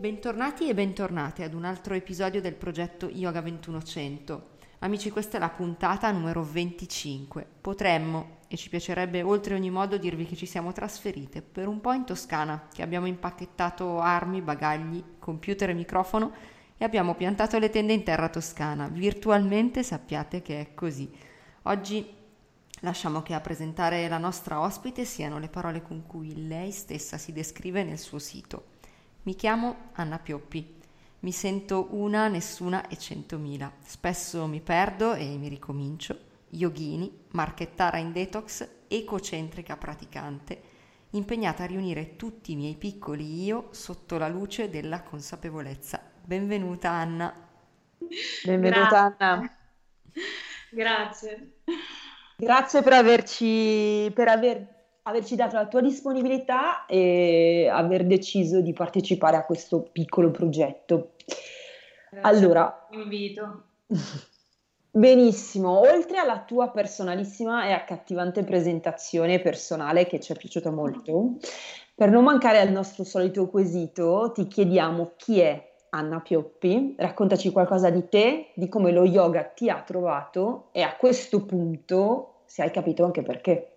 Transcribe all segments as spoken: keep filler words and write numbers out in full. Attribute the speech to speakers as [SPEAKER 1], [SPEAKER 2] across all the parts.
[SPEAKER 1] Bentornati e bentornate ad un altro episodio del progetto Yoga ventuno-cento. Amici, questa è la puntata numero venticinque. Potremmo, e ci piacerebbe oltre ogni modo, dirvi che ci siamo trasferite per un po' in Toscana, che abbiamo impacchettato armi, bagagli, computer e microfono e abbiamo piantato le tende in terra toscana. Virtualmente sappiate che è così. Oggi lasciamo che a presentare la nostra ospite siano le parole con cui lei stessa si descrive nel suo sito. Mi chiamo Anna Pioppi, mi sento una, nessuna e centomila. Spesso mi perdo e mi ricomincio. Yogini, marchettara in detox, ecocentrica praticante, impegnata a riunire tutti i miei piccoli io sotto la luce della consapevolezza. Benvenuta Anna.
[SPEAKER 2] Benvenuta
[SPEAKER 3] Grazie.
[SPEAKER 2] Anna.
[SPEAKER 3] Grazie.
[SPEAKER 2] Grazie per averci, per aver, averci dato la tua disponibilità e aver deciso di partecipare a questo piccolo progetto.
[SPEAKER 3] Grazie
[SPEAKER 2] Allora,
[SPEAKER 3] per l'invito.
[SPEAKER 2] benissimo, oltre alla tua personalissima e accattivante presentazione personale che ci è piaciuta molto, per non mancare al nostro solito quesito, ti chiediamo chi è Anna Pioppi, raccontaci qualcosa di te, di come lo yoga ti ha trovato e a questo punto, se hai capito anche perché.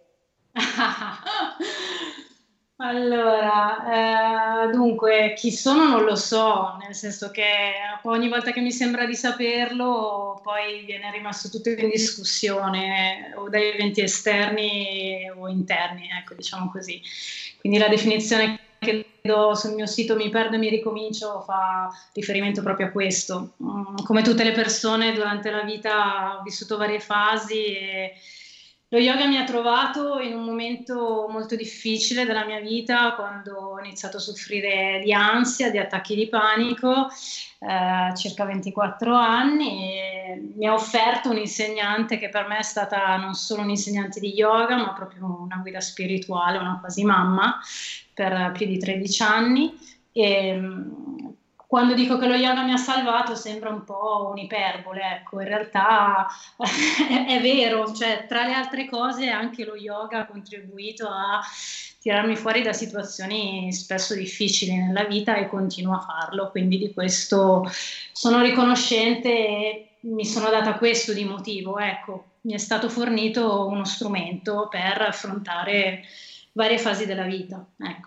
[SPEAKER 3] Allora, eh, dunque, chi sono non lo so, nel senso che ogni volta che mi sembra di saperlo, poi viene rimasto tutto in discussione o dai eventi esterni o interni, ecco, diciamo così. Quindi la definizione che do sul mio sito Mi perdo e mi ricomincio fa riferimento proprio a questo. Come tutte le persone durante la vita ho vissuto varie fasi e lo yoga mi ha trovato in un momento molto difficile della mia vita, quando ho iniziato a soffrire di ansia, di attacchi di panico, eh, circa ventiquattro anni, e mi ha offerto un insegnante che per me è stata non solo un insegnante di yoga, ma proprio una guida spirituale, una quasi mamma, per più di tredici anni. E quando dico che lo yoga mi ha salvato sembra un po' un'iperbole, ecco, in realtà è vero, cioè tra le altre cose anche lo yoga ha contribuito a tirarmi fuori da situazioni spesso difficili nella vita e continuo a farlo, quindi di questo sono riconoscente e mi sono data questo di motivo, ecco, mi è stato fornito uno strumento per affrontare varie fasi della vita, ecco.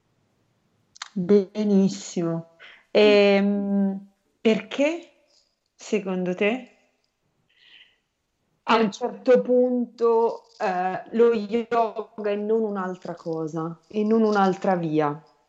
[SPEAKER 2] Benissimo. E, perché, secondo te, a un certo punto eh, lo yoga e non un'altra cosa, e non un'altra via?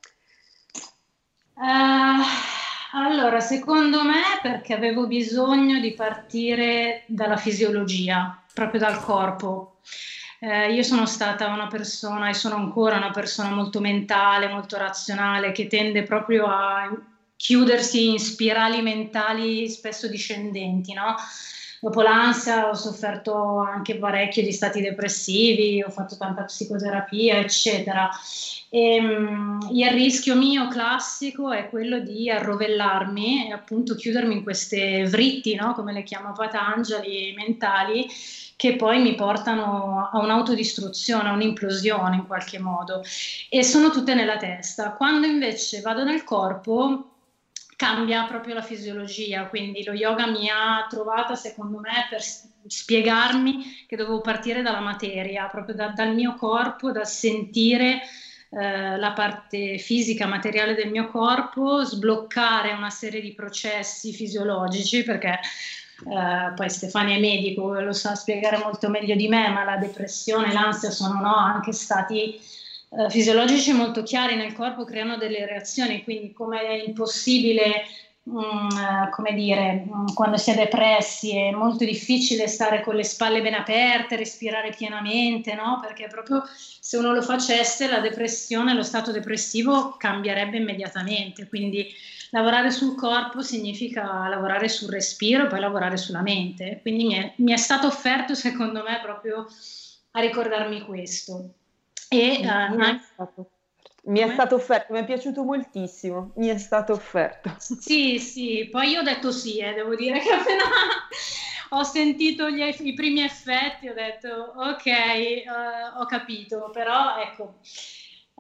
[SPEAKER 3] Uh, allora, secondo me perché avevo bisogno di partire dalla fisiologia, proprio dal corpo. Eh, io sono stata una persona e sono ancora una persona molto mentale, molto razionale, che tende proprio a chiudersi in spirali mentali spesso discendenti, no? Dopo l'ansia ho sofferto anche parecchio di stati depressivi, ho fatto tanta psicoterapia, eccetera. E, um, il rischio mio classico è quello di arrovellarmi e appunto chiudermi in queste vritti, no? Come le chiama Patanjali, mentali, che poi mi portano a un'autodistruzione, a un'implosione in qualche modo, e sono tutte nella testa. Quando invece vado nel corpo cambia proprio la fisiologia, quindi lo yoga mi ha trovata secondo me per spiegarmi che dovevo partire dalla materia, proprio da, dal mio corpo, dal sentire eh, la parte fisica, materiale del mio corpo, sbloccare una serie di processi fisiologici, perché Uh, poi Stefania è medico, lo sa spiegare molto meglio di me, ma la depressione, l'ansia sono no, anche stati uh, fisiologici molto chiari nel corpo, creano delle reazioni, quindi come è impossibile, um, uh, come dire, um, quando si è depressi è molto difficile stare con le spalle ben aperte, respirare pienamente, no? Perché proprio se uno lo facesse la depressione, lo stato depressivo cambierebbe immediatamente, quindi lavorare sul corpo significa lavorare sul respiro e poi lavorare sulla mente, quindi mi è, mi è stato offerto secondo me proprio a ricordarmi questo. E,
[SPEAKER 2] mi,
[SPEAKER 3] uh,
[SPEAKER 2] mi, è stato, mi è stato offerto, mi è piaciuto moltissimo, mi è stato offerto.
[SPEAKER 3] Sì, sì, poi io ho detto sì, eh, devo dire che appena ho sentito gli, i primi effetti ho detto ok, uh, ho capito, però ecco...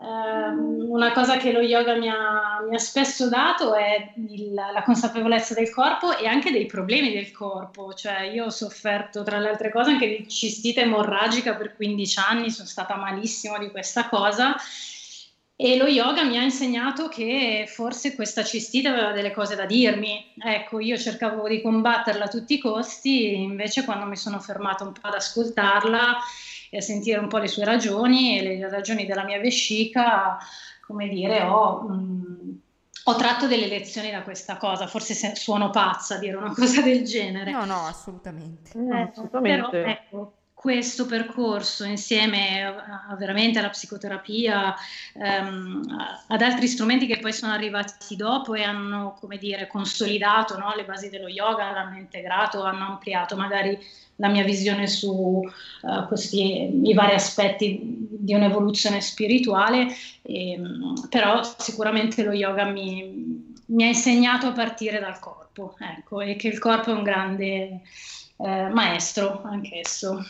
[SPEAKER 3] Uh, una cosa che lo yoga mi ha, mi ha spesso dato è il, la consapevolezza del corpo e anche dei problemi del corpo. Cioè, io ho sofferto, tra le altre cose, anche di cistite emorragica per quindici anni, sono stata malissimo di questa cosa, e lo yoga mi ha insegnato che forse questa cistite aveva delle cose da dirmi. Ecco, io cercavo di combatterla a tutti i costi, invece quando mi sono fermata un po' ad ascoltarla e a sentire un po' le sue ragioni e le ragioni della mia vescica, come dire, ho, mh, ho tratto delle lezioni da questa cosa. Forse se, suono pazza a dire una cosa del genere.
[SPEAKER 1] No, no, assolutamente.
[SPEAKER 2] No,
[SPEAKER 3] Eh,
[SPEAKER 2] assolutamente.
[SPEAKER 3] Però ecco, questo percorso insieme a, a veramente alla psicoterapia, ehm, a- ad altri strumenti che poi sono arrivati dopo e hanno, come dire, consolidato, no, le basi dello yoga, l'hanno integrato, hanno ampliato magari la mia visione su eh, questi i vari aspetti di un'evoluzione spirituale, ehm, però sicuramente lo yoga mi, mi ha insegnato a partire dal corpo, ecco, e che il corpo è un grande eh, maestro anch'esso.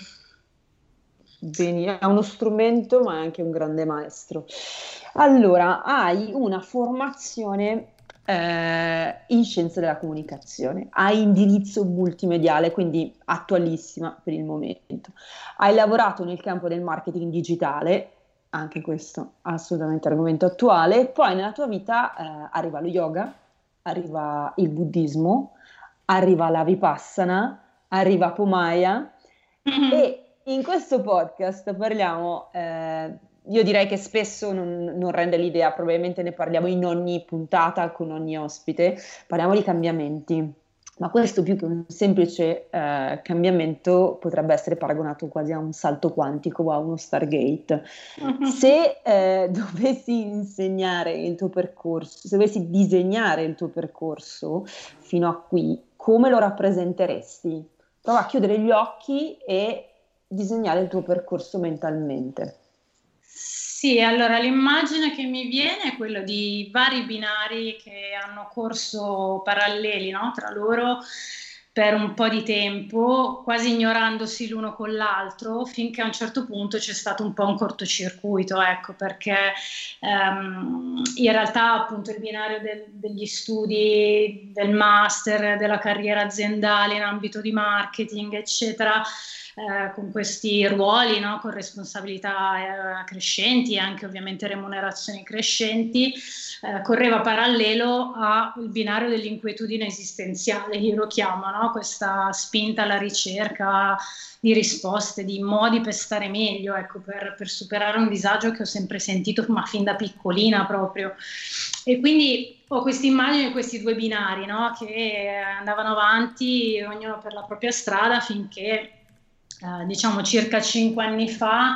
[SPEAKER 2] Beni, è uno strumento, ma è anche un grande maestro. Allora, hai una formazione eh, in scienze della comunicazione, hai indirizzo multimediale, quindi attualissima per il momento. Hai lavorato nel campo del marketing digitale, anche questo assolutamente argomento attuale. Poi nella tua vita eh, arriva lo yoga, arriva il buddismo, arriva la Vipassana, arriva Pomaya.
[SPEAKER 3] Mhm.
[SPEAKER 2] E in questo podcast parliamo, eh, io direi che spesso non, non rende l'idea, probabilmente ne parliamo in ogni puntata con ogni ospite, parliamo di cambiamenti, ma questo più che un semplice eh, cambiamento potrebbe essere paragonato quasi a un salto quantico o a uno Stargate. Se eh, dovessi insegnare il tuo percorso, se dovessi disegnare il tuo percorso fino a qui, come lo rappresenteresti? Prova a chiudere gli occhi e disegnare il tuo percorso mentalmente.
[SPEAKER 3] Sì, allora l'immagine che mi viene è quella di vari binari che hanno corso paralleli, no, tra loro per un po' di tempo, quasi ignorandosi l'uno con l'altro, finché a un certo punto c'è stato un po' un cortocircuito, ecco, perché ehm, in realtà appunto il binario del- degli studi, del master, della carriera aziendale in ambito di marketing, eccetera, eh, con questi ruoli, no, con responsabilità eh, crescenti e anche ovviamente remunerazioni crescenti, eh, correva parallelo al binario dell'inquietudine esistenziale, io lo chiamo, no? Questa spinta alla ricerca di risposte, di modi per stare meglio, ecco, per, per superare un disagio che ho sempre sentito, ma fin da piccolina proprio. E quindi ho questa immagine di questi due binari, no? Che andavano avanti, ognuno per la propria strada, finché eh, diciamo circa cinque anni fa,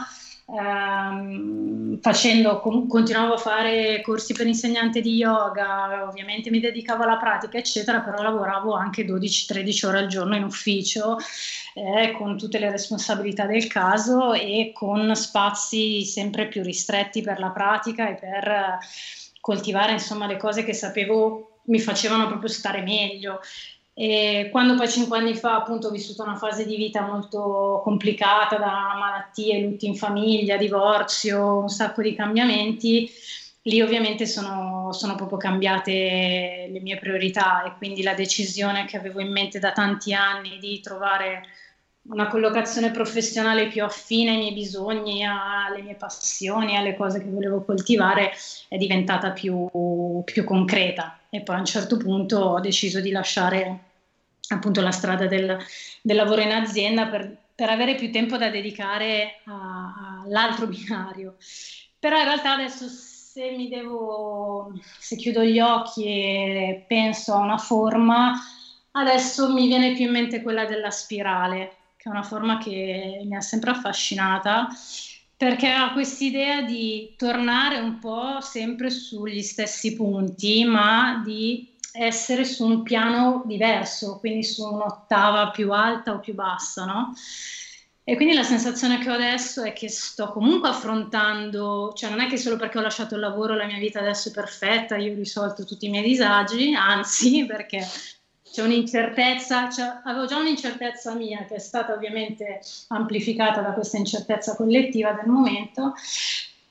[SPEAKER 3] ehm, facendo, con, continuavo a fare corsi per insegnante di yoga, ovviamente mi dedicavo alla pratica, eccetera, però lavoravo anche dodici tredici ore al giorno in ufficio, eh, con tutte le responsabilità del caso e con spazi sempre più ristretti per la pratica e per eh, coltivare, insomma, le cose che sapevo mi facevano proprio stare meglio. E quando poi cinque anni fa appunto ho vissuto una fase di vita molto complicata, da malattie, lutti in famiglia, divorzio, un sacco di cambiamenti, lì ovviamente sono, sono proprio cambiate le mie priorità, e quindi la decisione che avevo in mente da tanti anni di trovare una collocazione professionale più affine ai miei bisogni, alle mie passioni, alle cose che volevo coltivare, è diventata più, più concreta. E poi a un certo punto ho deciso di lasciare appunto la strada del, del lavoro in azienda per, per avere più tempo da dedicare a- all'altro binario. Però in realtà adesso, se mi devo, se chiudo gli occhi e penso a una forma, adesso mi viene più in mente quella della spirale, che è una forma che mi ha sempre affascinata, perché ha quest'idea di tornare un po' sempre sugli stessi punti, ma di essere su un piano diverso, quindi su un'ottava più alta o più bassa, no? E quindi la sensazione che ho adesso è che sto comunque affrontando, cioè non è che solo perché ho lasciato il lavoro la mia vita adesso è perfetta, io ho risolto tutti i miei disagi, anzi, perché c'è un'incertezza, cioè, avevo già un'incertezza mia che è stata ovviamente amplificata da questa incertezza collettiva del momento,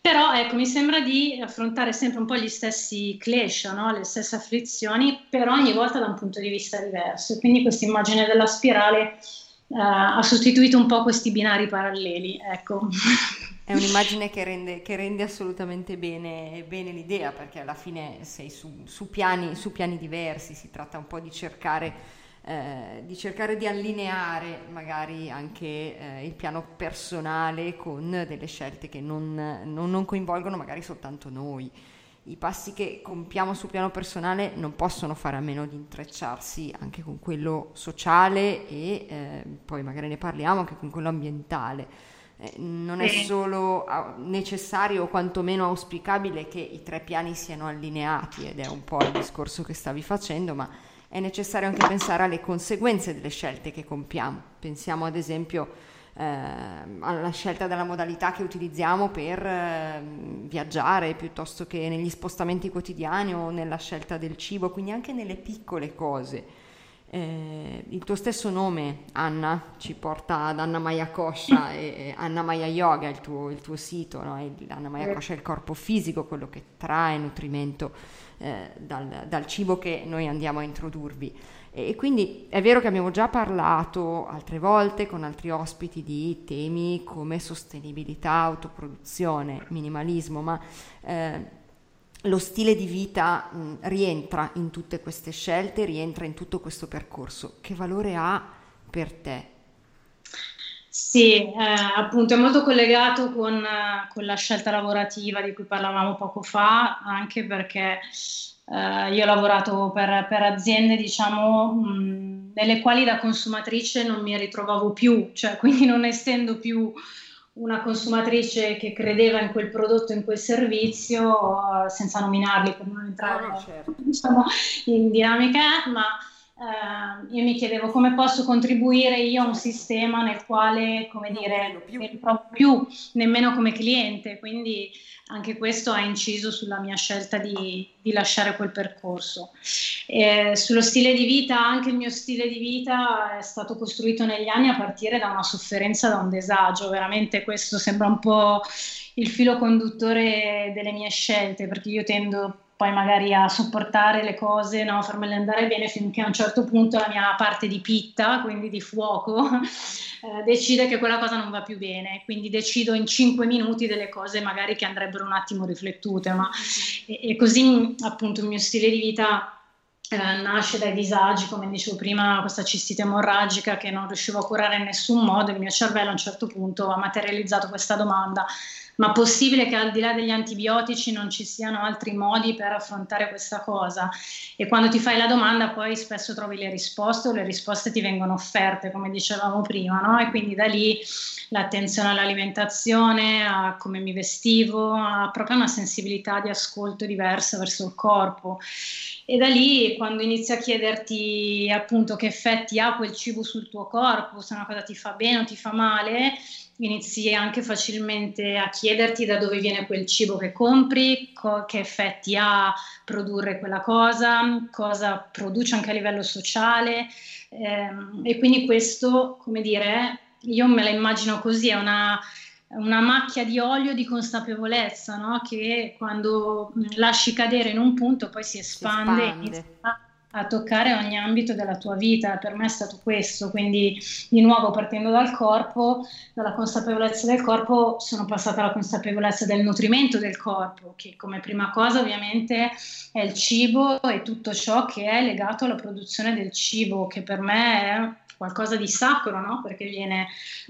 [SPEAKER 3] Però ecco, mi sembra di affrontare sempre un po' gli stessi clash, no? Le stesse afflizioni, però ogni volta da un punto di vista diverso. Quindi questa immagine della spirale eh, ha sostituito un po' questi binari paralleli, ecco.
[SPEAKER 1] È un'immagine che rende, che rende assolutamente bene, bene l'idea, perché alla fine sei su, su piani, su piani diversi, si tratta un po' di cercare eh, di cercare di allineare magari anche eh, il piano personale con delle scelte che non, non, non coinvolgono magari soltanto noi. I passi che compiamo sul piano personale non possono fare a meno di intrecciarsi anche con quello sociale e eh, poi magari ne parliamo anche con quello ambientale. Eh, non è
[SPEAKER 3] Sì.
[SPEAKER 1] solo ah, necessario o quantomeno auspicabile che i tre piani siano allineati, ed è un po' il discorso che stavi facendo, ma è necessario anche pensare alle conseguenze delle scelte che compiamo. Pensiamo ad esempio eh, alla scelta della modalità che utilizziamo per eh, viaggiare piuttosto che negli spostamenti quotidiani o nella scelta del cibo, quindi anche nelle piccole cose. Eh, il tuo stesso nome, Anna, ci porta ad Anna Maya Kosha e, e Anna Maya Yoga, il tuo, il tuo sito, no? Il, Anna Maya Kosha è il corpo fisico, quello che trae nutrimento eh, dal, dal cibo che noi andiamo a introdurvi. E quindi è vero che abbiamo già parlato altre volte con altri ospiti di temi come sostenibilità, autoproduzione, minimalismo, ma eh, lo stile di vita mh, rientra in tutte queste scelte, rientra in tutto questo percorso. Che valore ha per te?
[SPEAKER 3] Sì, eh, appunto è molto collegato con, eh, con la scelta lavorativa di cui parlavamo poco fa, anche perché eh, io ho lavorato per, per aziende, diciamo, mh, nelle quali da consumatrice non mi ritrovavo più, cioè quindi non essendo più una consumatrice che credeva in quel prodotto, in quel servizio, eh, senza nominarli per non entrare,
[SPEAKER 1] No, no, certo.
[SPEAKER 3] diciamo, in dinamica, ma eh, io mi chiedevo come posso contribuire io a un sistema nel quale, come
[SPEAKER 1] Non
[SPEAKER 3] dire,
[SPEAKER 1] credo più.
[SPEAKER 3] non mi ritrovo più nemmeno come cliente, quindi anche questo ha inciso sulla mia scelta di, di lasciare quel percorso. Eh, sullo stile di vita, anche il mio stile di vita è stato costruito negli anni a partire da una sofferenza, da un disagio, veramente questo sembra un po' il filo conduttore delle mie scelte, perché io tendo poi magari a sopportare le cose, no, farmele andare bene finché a un certo punto la mia parte di pitta, quindi di fuoco, eh, decide che quella cosa non va più bene, quindi decido in cinque minuti delle cose magari che andrebbero un attimo riflettute, ma e, e così appunto il mio stile di vita eh, nasce dai disagi, come dicevo prima, questa cistite emorragica che non riuscivo a curare in nessun modo, il mio cervello a un certo punto ha materializzato questa domanda: ma possibile che al di là degli antibiotici non ci siano altri modi per affrontare questa cosa? E quando ti fai la domanda poi spesso trovi le risposte, o le risposte ti vengono offerte, come dicevamo prima, no? E quindi da lì l'attenzione all'alimentazione, a come mi vestivo, a proprio una sensibilità di ascolto diversa verso il corpo. E da lì, quando inizi a chiederti appunto che effetti ha quel cibo sul tuo corpo, se una cosa ti fa bene o ti fa male, inizi anche facilmente a chiederti da dove viene quel cibo che compri, co- che effetti ha produrre quella cosa, cosa produce anche a livello sociale, ehm, e quindi questo, come dire, io me la immagino così, è una, una macchia di olio di consapevolezza, no? Che quando mh, lasci cadere in un punto poi si
[SPEAKER 1] Si
[SPEAKER 3] espande e
[SPEAKER 1] espande.
[SPEAKER 3] inizia a toccare ogni ambito della tua vita. Per me è stato questo, quindi di nuovo partendo dal corpo, dalla consapevolezza del corpo, sono passata alla consapevolezza del nutrimento del corpo, che come prima cosa ovviamente è il cibo e tutto ciò che è legato alla produzione del cibo, che per me è qualcosa di sacro, no? Perché viene...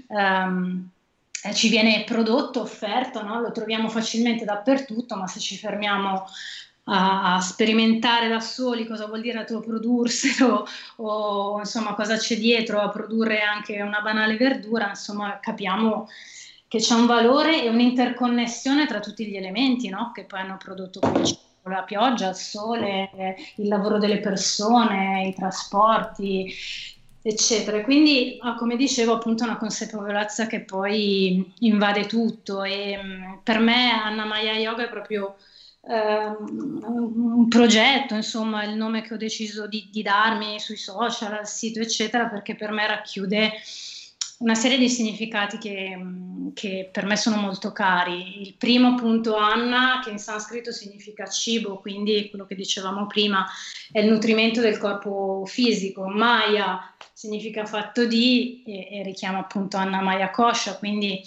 [SPEAKER 3] Um, ci viene prodotto, offerto, no? Lo troviamo facilmente dappertutto, ma se ci fermiamo a, a sperimentare da soli cosa vuol dire autoprodurselo o insomma cosa c'è dietro a produrre anche una banale verdura, insomma capiamo che c'è un valore e un'interconnessione tra tutti gli elementi, no? Che poi hanno prodotto quel cibo, la pioggia, il sole, il lavoro delle persone, i trasporti, eccetera. Quindi, ah, come dicevo, appunto una consapevolezza che poi invade tutto e mh, per me Anna Maya Yoga è proprio ehm, un progetto, insomma, il nome che ho deciso di, di darmi sui social, al sito, eccetera, perché per me racchiude una serie di significati che, che per me sono molto cari. Il primo, appunto, Anna, che in sanscrito significa cibo, quindi quello che dicevamo prima è il nutrimento del corpo fisico. Maya significa fatto di, e, e richiama appunto Anna Maya Kosha, quindi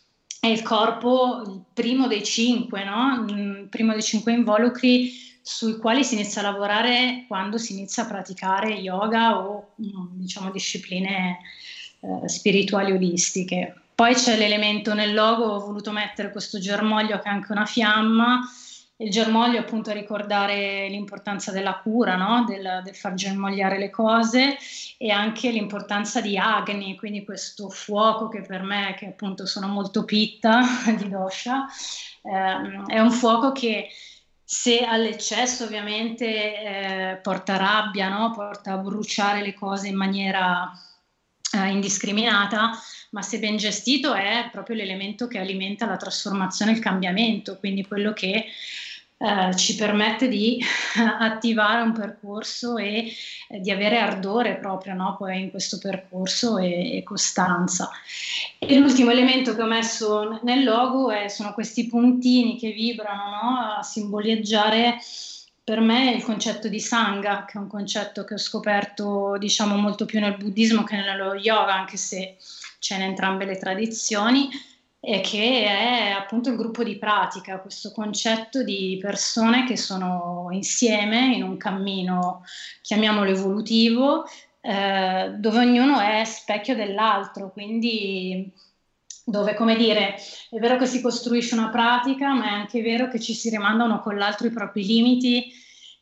[SPEAKER 3] è il corpo, il primo dei cinque, no? Il primo dei cinque involucri sui quali si inizia a lavorare quando si inizia a praticare yoga o, diciamo, discipline eh, spirituali olistiche. Poi c'è l'elemento nel logo, ho voluto mettere questo germoglio che è anche una fiamma. Il germoglio appunto a ricordare l'importanza della cura, no? del, del far germogliare le cose, e anche l'importanza di Agni, quindi questo fuoco che per me, che appunto sono molto pitta di dosha, ehm, è un fuoco che, se all'eccesso ovviamente eh, porta rabbia, no? Porta a bruciare le cose in maniera eh, indiscriminata, ma se ben gestito è proprio l'elemento che alimenta la trasformazione e il cambiamento, quindi quello che eh, ci permette di attivare un percorso e eh, di avere ardore proprio, no? Poi in questo percorso e, e costanza. E l'ultimo elemento che ho messo nel logo è, sono questi puntini che vibrano, no? A simboleggiare per me il concetto di Sangha, che è un concetto che ho scoperto, diciamo, molto più nel buddismo che nello yoga, anche se c'è in entrambe le tradizioni, e che è appunto il gruppo di pratica, questo concetto di persone che sono insieme in un cammino, chiamiamolo evolutivo, eh, dove ognuno è specchio dell'altro, quindi dove, come dire, è vero che si costruisce una pratica, ma è anche vero che ci si rimanda uno con l'altro i propri limiti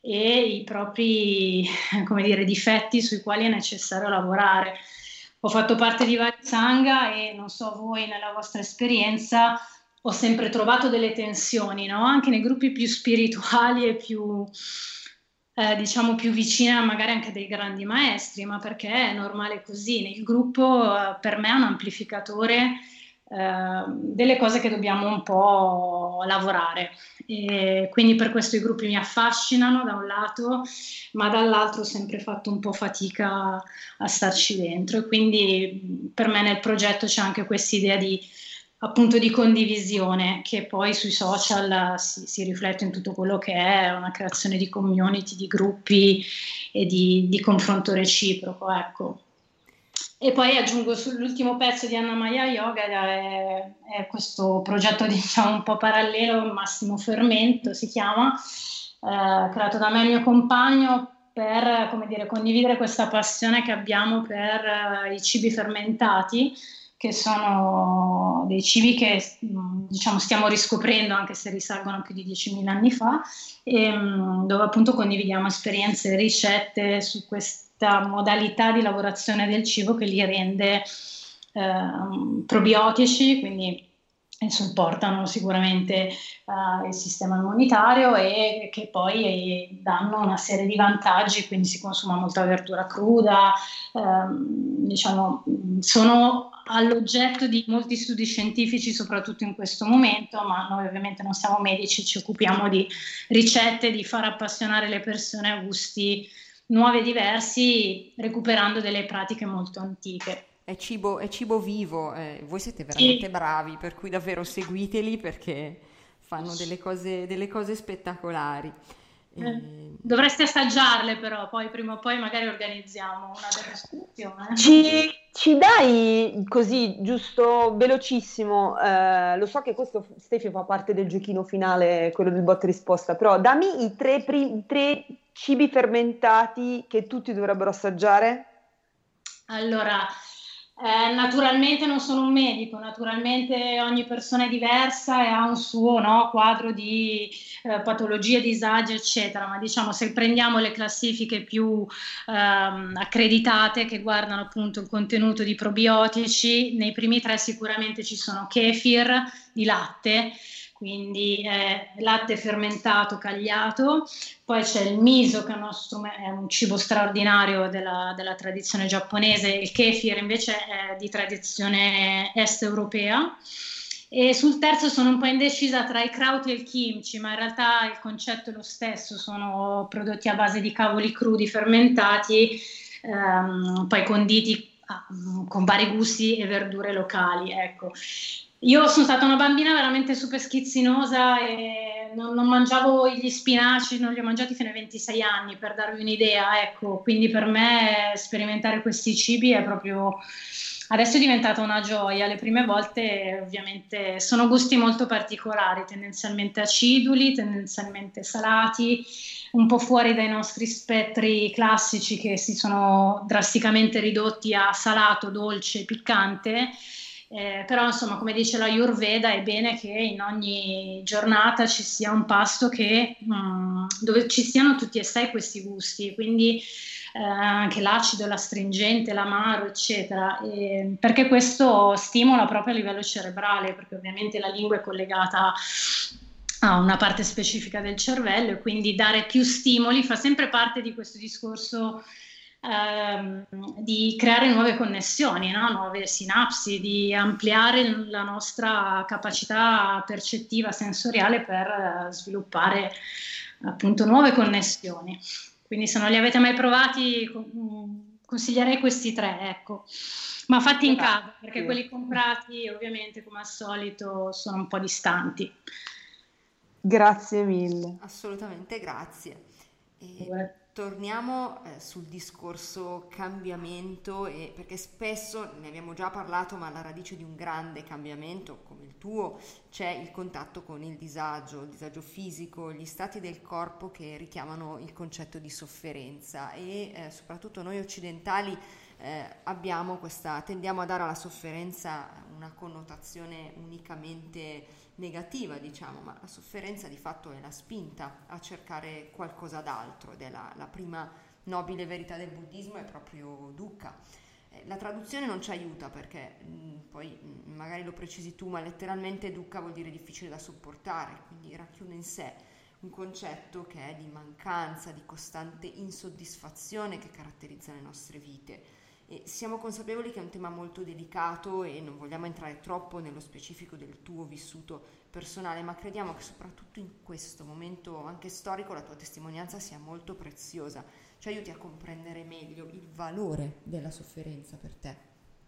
[SPEAKER 3] e i propri, come dire, difetti sui quali è necessario lavorare. Ho fatto parte di vari sangha e non so voi nella vostra esperienza, ho sempre trovato delle tensioni, no? Anche nei gruppi più spirituali e più, eh, diciamo, più vicini magari anche dei grandi maestri, ma perché è normale così. Il gruppo eh, per me è un amplificatore eh, delle cose che dobbiamo un po' lavorare. E quindi per questo i gruppi mi affascinano da un lato, ma dall'altro ho sempre fatto un po' fatica a starci dentro, e quindi per me nel progetto c'è anche questa idea di, appunto, di condivisione, che poi sui social si, si riflette in tutto quello che è una creazione di community, di gruppi e di, di confronto reciproco, ecco. E poi aggiungo sull'ultimo pezzo di Anna Maya Yoga, è, è questo progetto, diciamo, un po' parallelo, Massimo Fermento si chiama, eh, creato da me e il mio compagno per, come dire, condividere questa passione che abbiamo per uh, i cibi fermentati, che sono dei cibi che, diciamo, stiamo riscoprendo, anche se risalgono a più di diecimila anni fa, e, dove appunto condividiamo esperienze e ricette su questa modalità di lavorazione del cibo che li rende eh, probiotici, quindi supportano sicuramente uh, il sistema immunitario, e che poi danno una serie di vantaggi, quindi si consuma molta verdura cruda, ehm, diciamo, sono all'oggetto di molti studi scientifici, soprattutto in questo momento, ma noi ovviamente non siamo medici, ci occupiamo di ricette, di far appassionare le persone a gusti nuovi e diversi, recuperando delle pratiche molto antiche.
[SPEAKER 1] È cibo, è cibo vivo, eh, voi siete veramente sì. bravi, per cui davvero seguiteli, perché fanno delle cose, delle cose spettacolari.
[SPEAKER 3] Eh, dovreste assaggiarle, però poi prima o poi magari organizziamo una degustazione.
[SPEAKER 2] Ci, ci dai così, giusto, velocissimo, eh, lo so che questo, Stefi, fa parte del giochino finale, quello del botta e risposta, però dammi i tre, pri- i tre cibi fermentati che tutti dovrebbero assaggiare.
[SPEAKER 3] Allora, Eh, naturalmente non sono un medico, naturalmente ogni persona è diversa e ha un suo, no, quadro di eh, patologie, disagi, eccetera, ma diciamo, se prendiamo le classifiche più ehm, accreditate che guardano appunto il contenuto di probiotici, nei primi tre sicuramente ci sono kefir di latte, quindi eh, latte fermentato cagliato. Poi c'è il miso, che è, nostro, è un cibo straordinario della, della tradizione giapponese. Il kefir invece è di tradizione est europea. E sul terzo sono un po' indecisa tra il kraut e il kimchi, ma in realtà il concetto è lo stesso, sono prodotti a base di cavoli crudi fermentati, ehm, poi conditi ah, con vari gusti e verdure locali, ecco. Io sono stata una bambina veramente super schizzinosa e non, non mangiavo gli spinaci, non li ho mangiati fino ai ventisei anni, per darvi un'idea, ecco. Quindi per me sperimentare questi cibi è proprio... Adesso è diventata una gioia. Le prime volte ovviamente sono gusti molto particolari, tendenzialmente aciduli, tendenzialmente salati, un po' fuori dai nostri spettri classici che si sono drasticamente ridotti a salato, dolce, piccante. Eh, però insomma, come dice la Ayurveda, è bene che in ogni giornata ci sia un pasto che, mh, dove ci siano tutti e sei questi gusti, quindi eh, anche l'acido, l'astringente, l'amaro, eccetera, e, perché questo stimola proprio a livello cerebrale, perché ovviamente la lingua è collegata a una parte specifica del cervello, e quindi dare più stimoli fa sempre parte di questo discorso ehm, di creare nuove connessioni, no? Nuove sinapsi, di ampliare la nostra capacità percettiva sensoriale per eh, sviluppare appunto nuove connessioni. Quindi se non li avete mai provati, consiglierei questi tre, ecco. Ma fatti in casa, perché quelli comprati ovviamente, come al solito, sono un po' distanti.
[SPEAKER 2] Grazie mille.
[SPEAKER 1] Assolutamente, grazie. E torniamo eh, sul discorso cambiamento, e, perché spesso ne abbiamo già parlato, ma alla radice di un grande cambiamento come il tuo c'è il contatto con il disagio, il disagio fisico, gli stati del corpo che richiamano il concetto di sofferenza, e eh, soprattutto noi occidentali eh, abbiamo questa, tendiamo a dare alla sofferenza una connotazione unicamente negativa, diciamo, ma la sofferenza di fatto è la spinta a cercare qualcosa d'altro, ed è la, la prima nobile verità del buddismo, è proprio dukkha. Eh, la traduzione non ci aiuta perché mh, poi mh, magari lo precisi tu, ma letteralmente dukkha vuol dire difficile da sopportare, quindi racchiude in sé un concetto che è di mancanza, di costante insoddisfazione che caratterizza le nostre vite. E siamo consapevoli che è un tema molto delicato e non vogliamo entrare troppo nello specifico del tuo vissuto personale, ma crediamo che soprattutto in questo momento anche storico la tua testimonianza sia molto preziosa, ci aiuti a comprendere meglio il valore della sofferenza per te.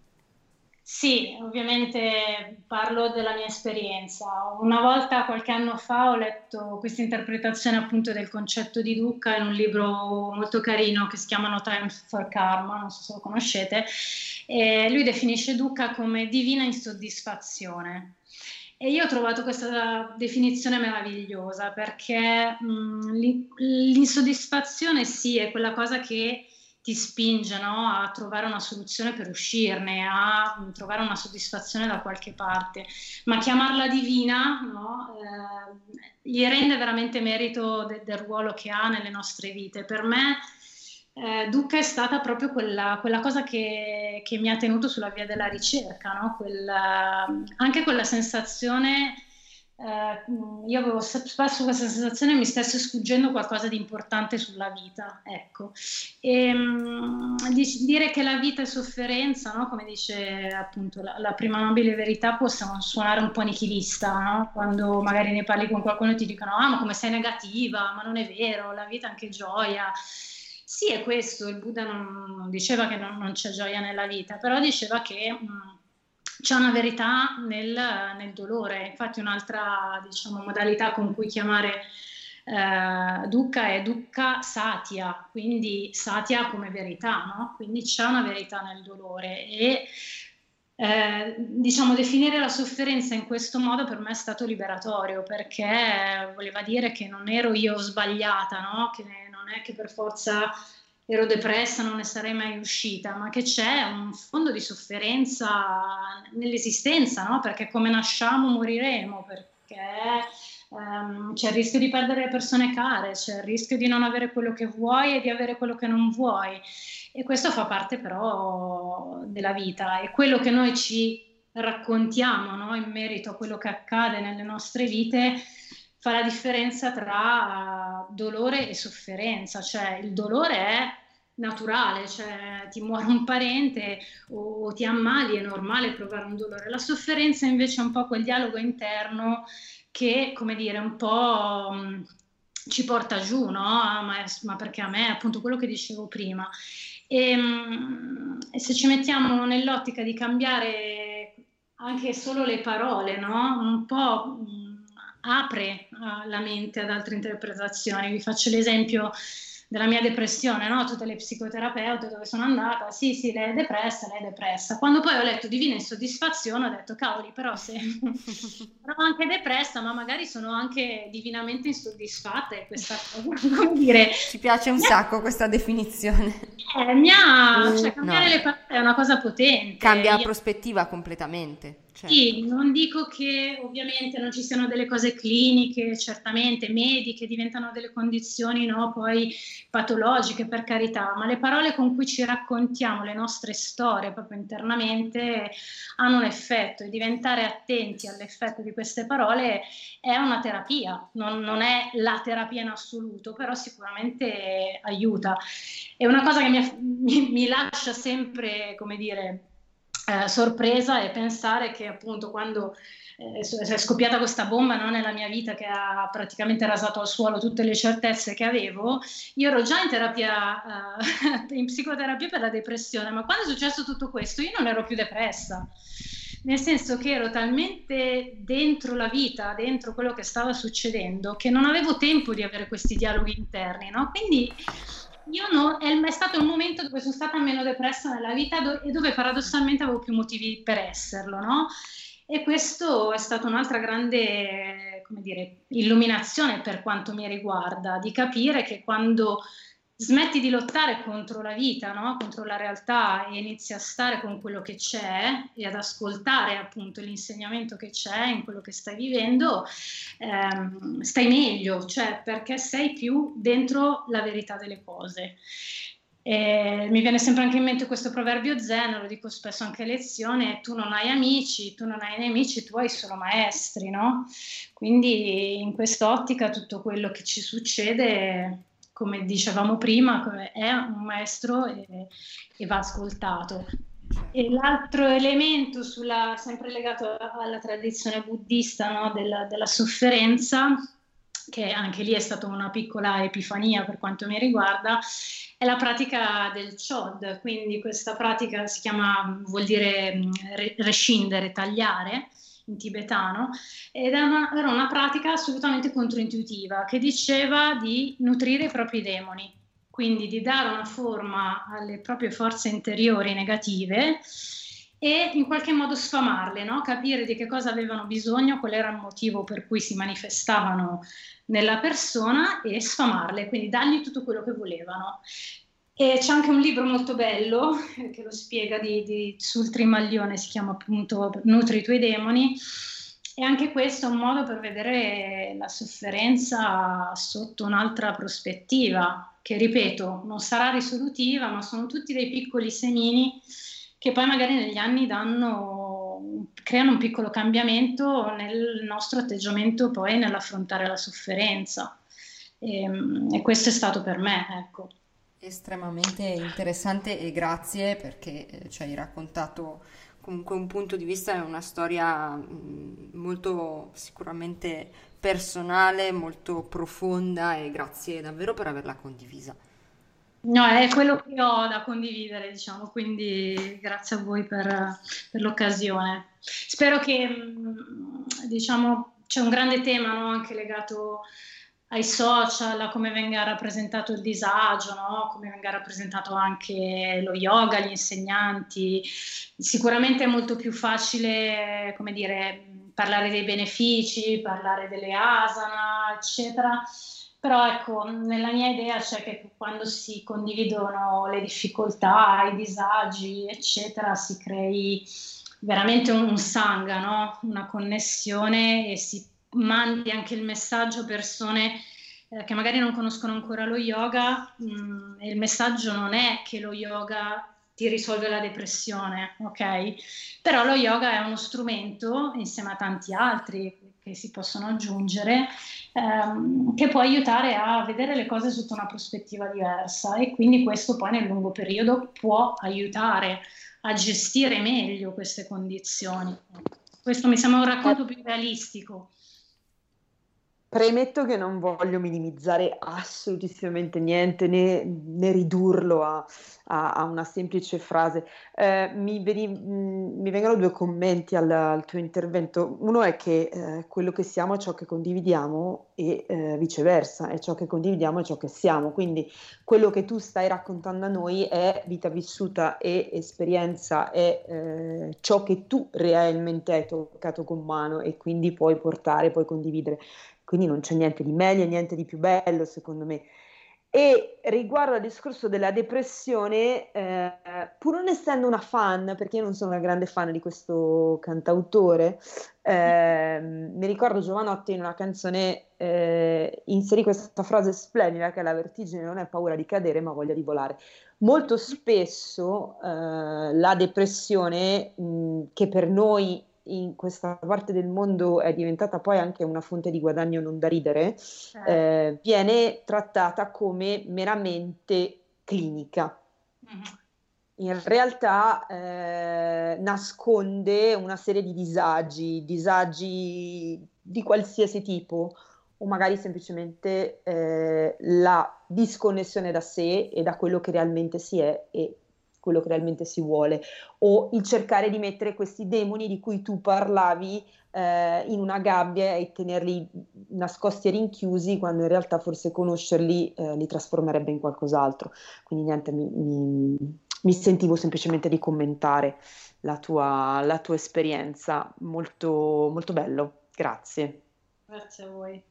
[SPEAKER 3] Sì, ovviamente parlo della mia esperienza. Una volta, qualche anno fa, ho letto questa interpretazione appunto del concetto di dukkha in un libro molto carino che si chiama No Time for Karma, non so se lo conoscete, e lui definisce dukkha come divina insoddisfazione. E io ho trovato questa definizione meravigliosa perché mh, l'insoddisfazione sì è quella cosa che ti spinge, no, a trovare una soluzione per uscirne, a trovare una soddisfazione da qualche parte, ma chiamarla divina, no, eh, gli rende veramente merito de- del ruolo che ha nelle nostre vite. Per me eh, dukkha è stata proprio quella, quella cosa che, che mi ha tenuto sulla via della ricerca, no? Quella, anche quella sensazione. Uh, io avevo spesso questa sensazione che mi stesse sfuggendo qualcosa di importante sulla vita, ecco. E, um, di, dire che la vita è sofferenza, no? Come dice appunto la, la prima nobile verità, può suonare un po' nichilista, no? Quando magari ne parli con qualcuno e ti dicono ah ma come sei negativa, ma non è vero, la vita è anche gioia. Sì, è questo, il Buddha non, non diceva che non, non c'è gioia nella vita, però diceva che mh, c'è una verità nel, nel dolore. Infatti un'altra, diciamo, modalità con cui chiamare eh, dukkha è dukkha satya, quindi satya come verità, no? Quindi c'è una verità nel dolore e eh, diciamo definire la sofferenza in questo modo per me è stato liberatorio, perché voleva dire che non ero io sbagliata, no? Che non è che per forza ero depressa, non ne sarei mai uscita, ma che c'è un fondo di sofferenza nell'esistenza, no? Perché come nasciamo moriremo, perché um, c'è il rischio di perdere le persone care, c'è il rischio di non avere quello che vuoi e di avere quello che non vuoi, e questo fa parte però della vita, e quello che noi ci raccontiamo, no? In merito a quello che accade nelle nostre vite fa la differenza tra dolore e sofferenza. Cioè il dolore è naturale, cioè ti muore un parente o ti ammali, è normale provare un dolore. La sofferenza invece è un po' quel dialogo interno che, come dire, un po' mh, ci porta giù, no? Ma, ma perché a me è appunto quello che dicevo prima. E, mm, e se ci mettiamo nell'ottica di cambiare anche solo le parole, no? Un po' mh, apre uh, la mente ad altre interpretazioni. Vi faccio l'esempio della mia depressione, no? Tutte le psicoterapeute dove sono andata, sì, sì, lei è depressa, lei è depressa. Quando poi ho letto Divina Insoddisfazione ho detto, cavoli, però se sono anche depressa, ma magari sono anche divinamente insoddisfatta, e questa cosa, come dire...
[SPEAKER 1] Ci piace un sacco questa definizione.
[SPEAKER 3] Eh, mi ha, cioè,
[SPEAKER 1] No,
[SPEAKER 3] cambiare le parole è una cosa potente.
[SPEAKER 1] cambia
[SPEAKER 3] Io-
[SPEAKER 1] prospettiva completamente. Certo.
[SPEAKER 3] Sì, non dico che ovviamente non ci siano delle cose cliniche, certamente mediche, diventano delle condizioni, no, poi patologiche, per carità, ma le parole con cui ci raccontiamo le nostre storie proprio internamente hanno un effetto, e diventare attenti all'effetto di queste parole è una terapia, non, non è la terapia in assoluto, però sicuramente aiuta. È una cosa che mi, mi, mi lascia sempre, come dire, eh, sorpresa, e pensare che appunto quando eh, è scoppiata questa bomba, no, nella mia vita, che ha praticamente rasato al suolo tutte le certezze che avevo, io ero già in terapia, eh, in psicoterapia per la depressione, ma quando è successo tutto questo io non ero più depressa. Nel senso che ero talmente dentro la vita, dentro quello che stava succedendo, che non avevo tempo di avere questi dialoghi interni, no? Quindi io no, è, è stato il momento dove sono stata meno depressa nella vita, do, e dove paradossalmente avevo più motivi per esserlo, no? E questo è stata un'altra grande, come dire, illuminazione per quanto mi riguarda, di capire che quando smetti di lottare contro la vita, no? Contro la realtà, e inizi a stare con quello che c'è e ad ascoltare appunto l'insegnamento che c'è in quello che stai vivendo, ehm, stai meglio, cioè perché sei più dentro la verità delle cose. E mi viene sempre anche in mente questo proverbio zen, lo dico spesso anche a lezione: tu non hai amici, tu non hai nemici, tu hai solo maestri, no? Quindi in quest'ottica tutto quello che ci succede, come dicevamo prima, è un maestro e, e va ascoltato. E l'altro elemento, sulla, sempre legato alla tradizione buddista, no, della, della sofferenza, che anche lì è stata una piccola epifania per quanto mi riguarda, è la pratica del Chod. Quindi questa pratica si chiama, vuol dire rescindere, tagliare in tibetano, ed era una, era una pratica assolutamente controintuitiva, che diceva di nutrire i propri demoni, quindi di dare una forma alle proprie forze interiori negative e in qualche modo sfamarle, no? Capire di che cosa avevano bisogno, qual era il motivo per cui si manifestavano nella persona, e sfamarle, quindi dargli tutto quello che volevano. E c'è anche un libro molto bello che lo spiega di, di, sul Trimaglione, si chiama appunto Nutri i tuoi demoni, e anche questo è un modo per vedere la sofferenza sotto un'altra prospettiva, che ripeto, non sarà risolutiva, ma sono tutti dei piccoli semini che poi magari negli anni danno, creano un piccolo cambiamento nel nostro atteggiamento poi nell'affrontare la sofferenza. E, e questo è stato per me, ecco.
[SPEAKER 1] Estremamente interessante, e grazie perché eh, ci hai raccontato comunque un punto di vista e una storia mh, molto sicuramente personale, molto profonda, e grazie davvero per averla condivisa.
[SPEAKER 3] No, è quello che ho da condividere, diciamo, quindi grazie a voi per, per l'occasione. Spero che, mh, diciamo, c'è un grande tema, no, anche legato ai social, a come venga rappresentato il disagio, no? Come venga rappresentato anche lo yoga, gli insegnanti. Sicuramente è molto più facile, come dire, parlare dei benefici, parlare delle asana, eccetera. Però ecco, nella mia idea c'è che quando si condividono le difficoltà, i disagi, eccetera, si crei veramente un sangha, no? Una connessione, e si mandi anche il messaggio a persone eh, che magari non conoscono ancora lo yoga, mh, e il messaggio non è che lo yoga ti risolve la depressione, ok? Però lo yoga è uno strumento, insieme a tanti altri che si possono aggiungere, ehm, che può aiutare a vedere le cose sotto una prospettiva diversa, e quindi questo poi nel lungo periodo può aiutare a gestire meglio queste condizioni. Questo mi sembra un racconto più realistico.
[SPEAKER 2] Premetto che non voglio minimizzare assolutissimamente niente, né, né ridurlo a, a- a una semplice frase. Eh, mi, veni- mh, mi vengono due commenti al, al tuo intervento. Uno è che eh, quello che siamo è ciò che condividiamo e eh, viceversa, è ciò che condividiamo è ciò che siamo. Quindi quello che tu stai raccontando a noi è vita vissuta e esperienza, è eh, ciò che tu realmente hai toccato con mano e quindi puoi portare, puoi condividere. Quindi non c'è niente di meglio e niente di più bello, secondo me. E riguardo al discorso della depressione, eh, pur non essendo una fan, perché io non sono una grande fan di questo cantautore, eh, mi ricordo Giovanotti in una canzone eh, inserì questa frase splendida che è: la vertigine non è paura di cadere ma voglia di volare. Molto spesso eh, la depressione, mh, che per noi in questa parte del mondo è diventata poi anche una fonte di guadagno non da ridere,
[SPEAKER 3] Eh,
[SPEAKER 2] eh, viene trattata come meramente clinica.
[SPEAKER 3] mhm.
[SPEAKER 2] In realtà eh, nasconde una serie di disagi, disagi di qualsiasi tipo, o magari semplicemente eh, la disconnessione da sé e da quello che realmente si è e quello che realmente si vuole, o il cercare di mettere questi demoni di cui tu parlavi eh, in una gabbia e tenerli nascosti e rinchiusi, quando in realtà forse conoscerli eh, li trasformerebbe in qualcos'altro. Quindi niente, mi, mi- mi sentivo semplicemente di commentare la tua, la tua esperienza, molto, molto bello, grazie.
[SPEAKER 3] Grazie a voi.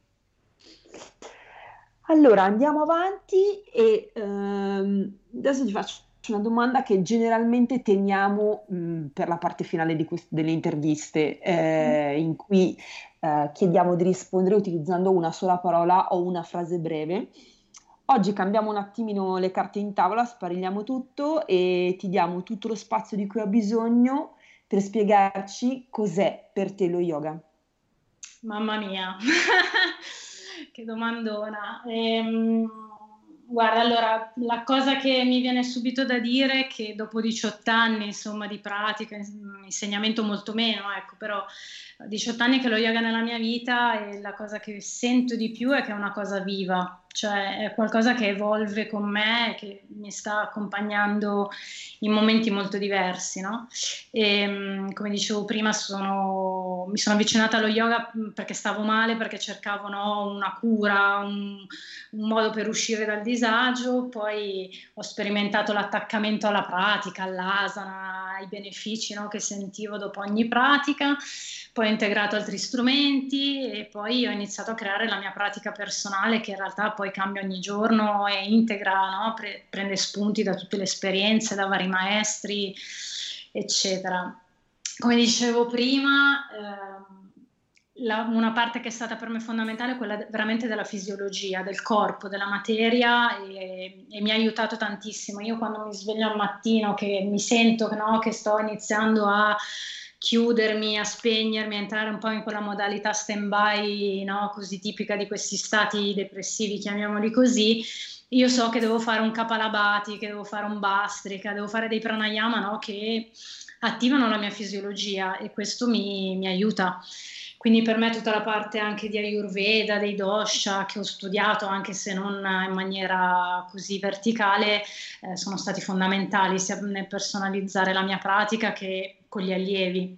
[SPEAKER 2] Allora andiamo avanti e ehm, adesso ti faccio una domanda che generalmente teniamo mh, per la parte finale di quest- delle interviste, eh, in cui eh, chiediamo di rispondere utilizzando una sola parola o una frase breve. Oggi cambiamo un attimino le carte in tavola, sparigliamo tutto e ti diamo tutto lo spazio di cui hai bisogno per spiegarci cos'è per te lo yoga.
[SPEAKER 3] Mamma mia, che domandona. Ehm, guarda, allora, la cosa che mi viene subito da dire è che dopo diciotto anni, insomma, di pratica, ins- insegnamento molto meno, ecco, però diciotto anni che lo yoga nella mia vita e la cosa che sento di più è che è una cosa viva, cioè è qualcosa che evolve con me, che mi sta accompagnando in momenti molto diversi, no? E, mh, come dicevo prima, sono- mi sono avvicinata allo yoga mh, perché stavo male, perché cercavo, no, una cura, un, un modo per uscire dal disagio. Poi ho sperimentato l'attaccamento alla pratica, all'asana, ai benefici, no, che sentivo dopo ogni pratica. Poi ho integrato altri strumenti e poi ho iniziato a creare la mia pratica personale, che in realtà poi cambia ogni giorno e integra, no, pre- prende spunti da tutte le esperienze, da vari maestri, eccetera. Come dicevo prima, ehm, la- una parte che è stata per me fondamentale è quella de- veramente della fisiologia, del corpo, della materia e, e mi ha aiutato tantissimo. Io quando mi sveglio al mattino, che mi sento, no, che sto iniziando a chiudermi, a spegnermi, a entrare un po' in quella modalità stand-by, no, così tipica di questi stati depressivi, chiamiamoli così, io so che devo fare un Kapalabhati, che devo fare un Bastrika, devo fare dei pranayama, no, che attivano la mia fisiologia e questo mi, mi aiuta. Quindi per me tutta la parte anche di Ayurveda, dei dosha che ho studiato, anche se non in maniera così verticale, eh, sono stati fondamentali sia nel personalizzare la mia pratica che con gli allievi.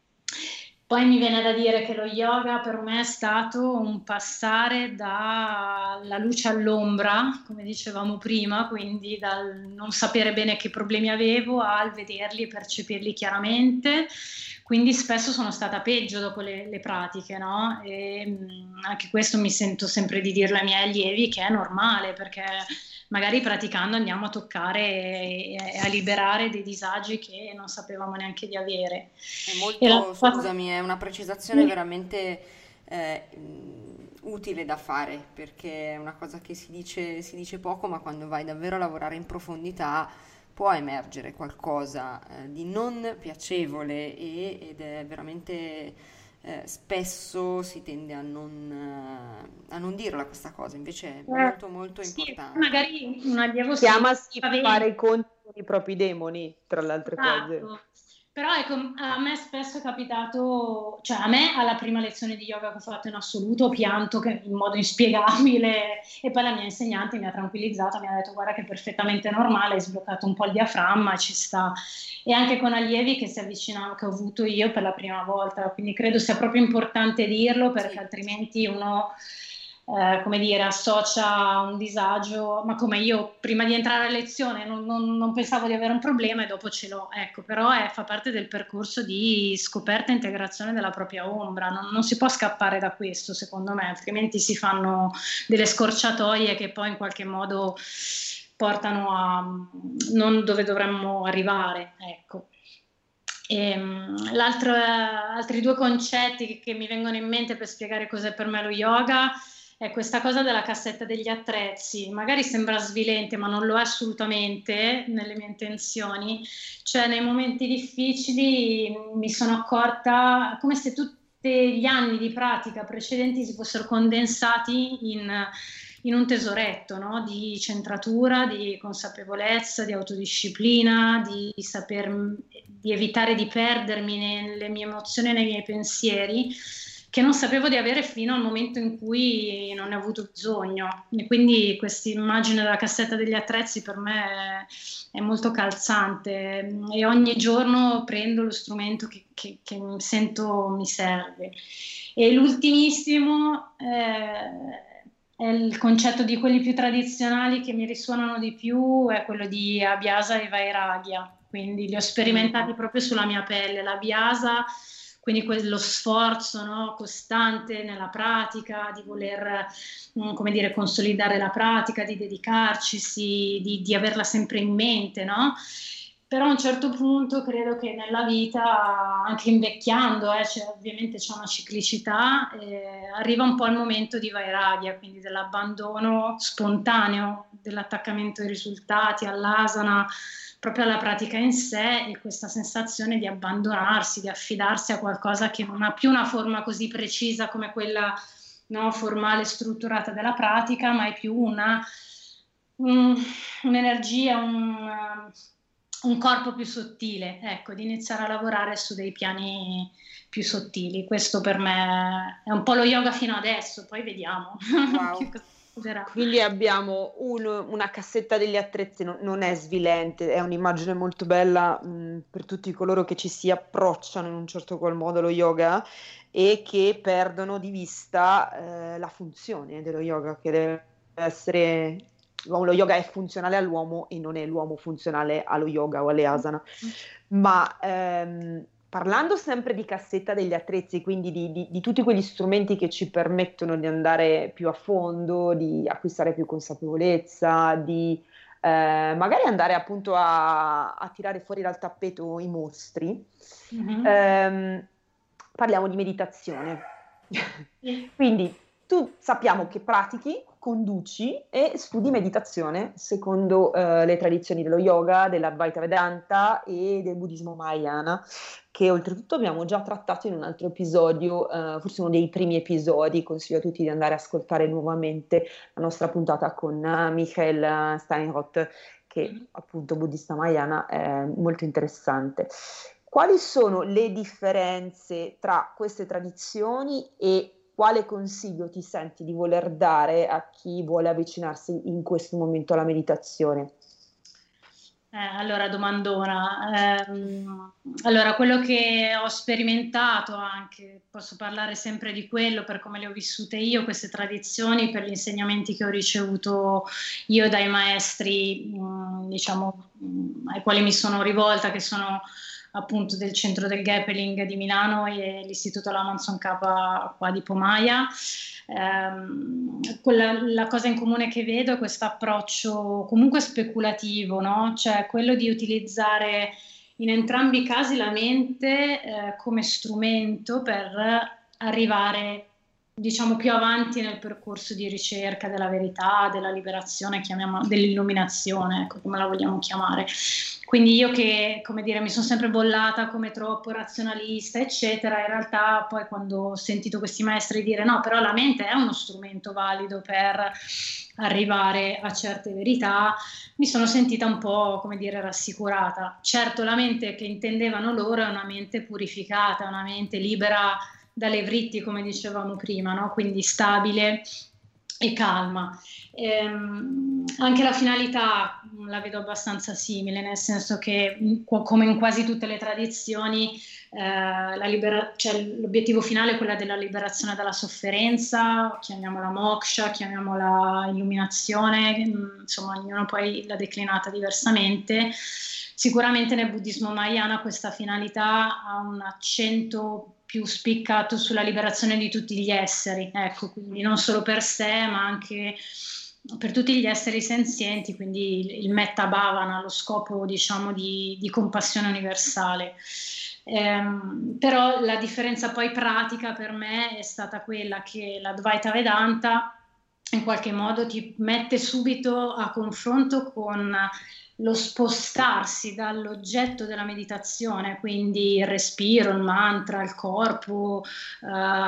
[SPEAKER 3] Poi mi viene da dire che lo yoga per me è stato un passare dalla luce all'ombra, come dicevamo prima, quindi dal non sapere bene che problemi avevo al vederli e percepirli chiaramente. Quindi spesso sono stata peggio dopo le, le pratiche, no? E mh, anche questo mi sento sempre di dirlo ai miei allievi che è normale, perché magari praticando andiamo a toccare e, e a liberare dei disagi che non sapevamo neanche di avere.
[SPEAKER 1] È
[SPEAKER 3] E la
[SPEAKER 1] molto,
[SPEAKER 3] cosa-
[SPEAKER 1] scusami, è una precisazione veramente eh, mh, utile da fare perché è una cosa che si dice, si dice poco, ma quando vai davvero a lavorare in profondità può emergere qualcosa eh, di non piacevole e- ed è veramente eh, spesso si tende a non, eh, a non dirla questa cosa, invece è
[SPEAKER 3] eh,
[SPEAKER 1] molto molto
[SPEAKER 3] sì,
[SPEAKER 1] importante.
[SPEAKER 3] magari un allievo si
[SPEAKER 2] Chiamasi fare
[SPEAKER 3] spaventa.
[SPEAKER 2] i conti con i propri demoni, tra le altre cose.
[SPEAKER 3] Esatto. Però ecco, a me spesso è capitato, cioè a me alla prima lezione di yoga che ho fatto in assoluto ho pianto che, in modo inspiegabile, e poi la mia insegnante mi ha tranquillizzato, mi ha detto guarda che è perfettamente normale, hai sbloccato un po' il diaframma, ci sta. E anche con allievi che si avvicinano, che ho avuto io per la prima volta, quindi credo sia proprio importante dirlo, perché
[SPEAKER 1] Sì.
[SPEAKER 3] altrimenti uno... Eh, come dire, associa un disagio, ma come io prima di entrare a lezione non, non, non pensavo di avere un problema e dopo ce l'ho, ecco, però è, fa parte del percorso di scoperta e integrazione della propria ombra, non, non si può scappare da questo secondo me, altrimenti si fanno delle scorciatoie che poi in qualche modo portano a non dove dovremmo arrivare, ecco. E, l'altro, altri due concetti che, che mi vengono in mente per spiegare cos'è per me lo yoga è questa cosa della cassetta degli attrezzi. Magari sembra svilente, ma non lo è assolutamente nelle mie intenzioni. Cioè, nei momenti difficili mi sono accorta come se tutti gli anni di pratica precedenti si fossero condensati in, in un tesoretto, no? Di centratura, di consapevolezza, di autodisciplina, di saper, di evitare di perdermi nelle mie emozioni e nei miei pensieri, che non sapevo di avere fino al momento in cui non ne ho avuto bisogno. E quindi questa immagine della cassetta degli attrezzi per me è, è molto calzante e ogni giorno prendo lo strumento che, che, che sento mi serve. E l'ultimissimo eh, è il concetto di quelli più tradizionali che mi risuonano di più, è quello di Abhyasa e Vairagya, quindi li ho sperimentati proprio sulla mia pelle. L'Abhyasa, quindi quello sforzo, no, costante nella pratica, di voler, come dire, consolidare la pratica, di dedicarci, di, di averla sempre in mente, no? Però a un certo punto credo che nella vita, anche invecchiando, eh, cioè, ovviamente c'è una ciclicità, eh, arriva un po' il momento di Vairagya, quindi dell'abbandono spontaneo, dell'attaccamento ai risultati, all'asana, proprio alla pratica in sé, e questa sensazione di abbandonarsi, di affidarsi a qualcosa che non ha più una forma così precisa come quella, no, formale, strutturata della pratica, ma è più una, un, un'energia, un, un corpo più sottile, ecco, di iniziare a lavorare su dei piani più sottili. Questo per me è un po' lo yoga fino adesso, poi vediamo.
[SPEAKER 1] Wow.
[SPEAKER 2] Quindi abbiamo un, una cassetta degli attrezzi, no, non è svilente, è un'immagine molto bella mh, per tutti coloro che ci si approcciano in un certo qual modo allo yoga e che perdono di vista eh, la funzione dello yoga, che deve essere, lo yoga è funzionale all'uomo e non è l'uomo funzionale allo yoga o alle asana. Ma ehm, parlando sempre di cassetta degli attrezzi, quindi di, di, di tutti quegli strumenti che ci permettono di andare più a fondo, di acquistare più consapevolezza, di eh, magari andare appunto a, a tirare fuori dal tappeto i mostri, mm-hmm. ehm, parliamo di meditazione. Quindi tu sappiamo che pratichi, conduci e studi meditazione secondo eh, le tradizioni dello yoga, dell'Advaita Vedanta e del buddismo Mahayana, che oltretutto abbiamo già trattato in un altro episodio, eh, forse uno dei primi episodi. Consiglio a tutti di andare a ascoltare nuovamente la nostra puntata con uh, Michael Steinroth, che mm-hmm. appunto buddista Mahayana, è molto interessante. Quali sono le differenze tra queste tradizioni e quale consiglio ti senti di voler dare a chi vuole avvicinarsi in questo momento alla meditazione?
[SPEAKER 3] Eh, allora, domandona. Eh, allora, quello che ho sperimentato anche, posso parlare sempre di quello per come le ho vissute io, queste tradizioni, per gli insegnamenti che ho ricevuto io dai maestri, mh, diciamo, mh, ai quali mi sono rivolta, che sono appunto del centro del Gappeling di Milano e l'istituto Lamanson K qua di Pomaia. Um, quella, la cosa in comune che vedo è questo approccio comunque speculativo, no? Cioè quello di utilizzare in entrambi i casi la mente eh, come strumento per arrivare, diciamo, più avanti nel percorso di ricerca della verità, della liberazione, chiamiamola, dell'illuminazione, ecco, come la vogliamo chiamare. Quindi io che, come dire, mi sono sempre bollata come troppo razionalista, eccetera, in realtà poi quando ho sentito questi maestri dire no, però la mente è uno strumento valido per arrivare a certe verità, mi sono sentita un po', come dire, rassicurata. Certo, la mente che intendevano loro è una mente purificata, una mente libera dalle vritti, come dicevamo prima, no? Quindi stabile e calma. Ehm, anche la finalità la vedo abbastanza simile, nel senso che, come in quasi tutte le tradizioni, eh, la libera- cioè, l'obiettivo finale è quella della liberazione dalla sofferenza, chiamiamola moksha, chiamiamola illuminazione, insomma ognuno poi l'ha declinata diversamente. Sicuramente nel buddismo mahayana questa finalità ha un accento più spiccato sulla liberazione di tutti gli esseri, ecco, quindi non solo per sé, ma anche per tutti gli esseri senzienti, quindi il, il metta bhavana, lo scopo, diciamo, di, di compassione universale. Ehm, però la differenza poi pratica per me è stata quella che l'Advaita Vedanta in qualche modo ti mette subito a confronto con lo spostarsi dall'oggetto della meditazione, quindi il respiro, il mantra, il corpo, uh,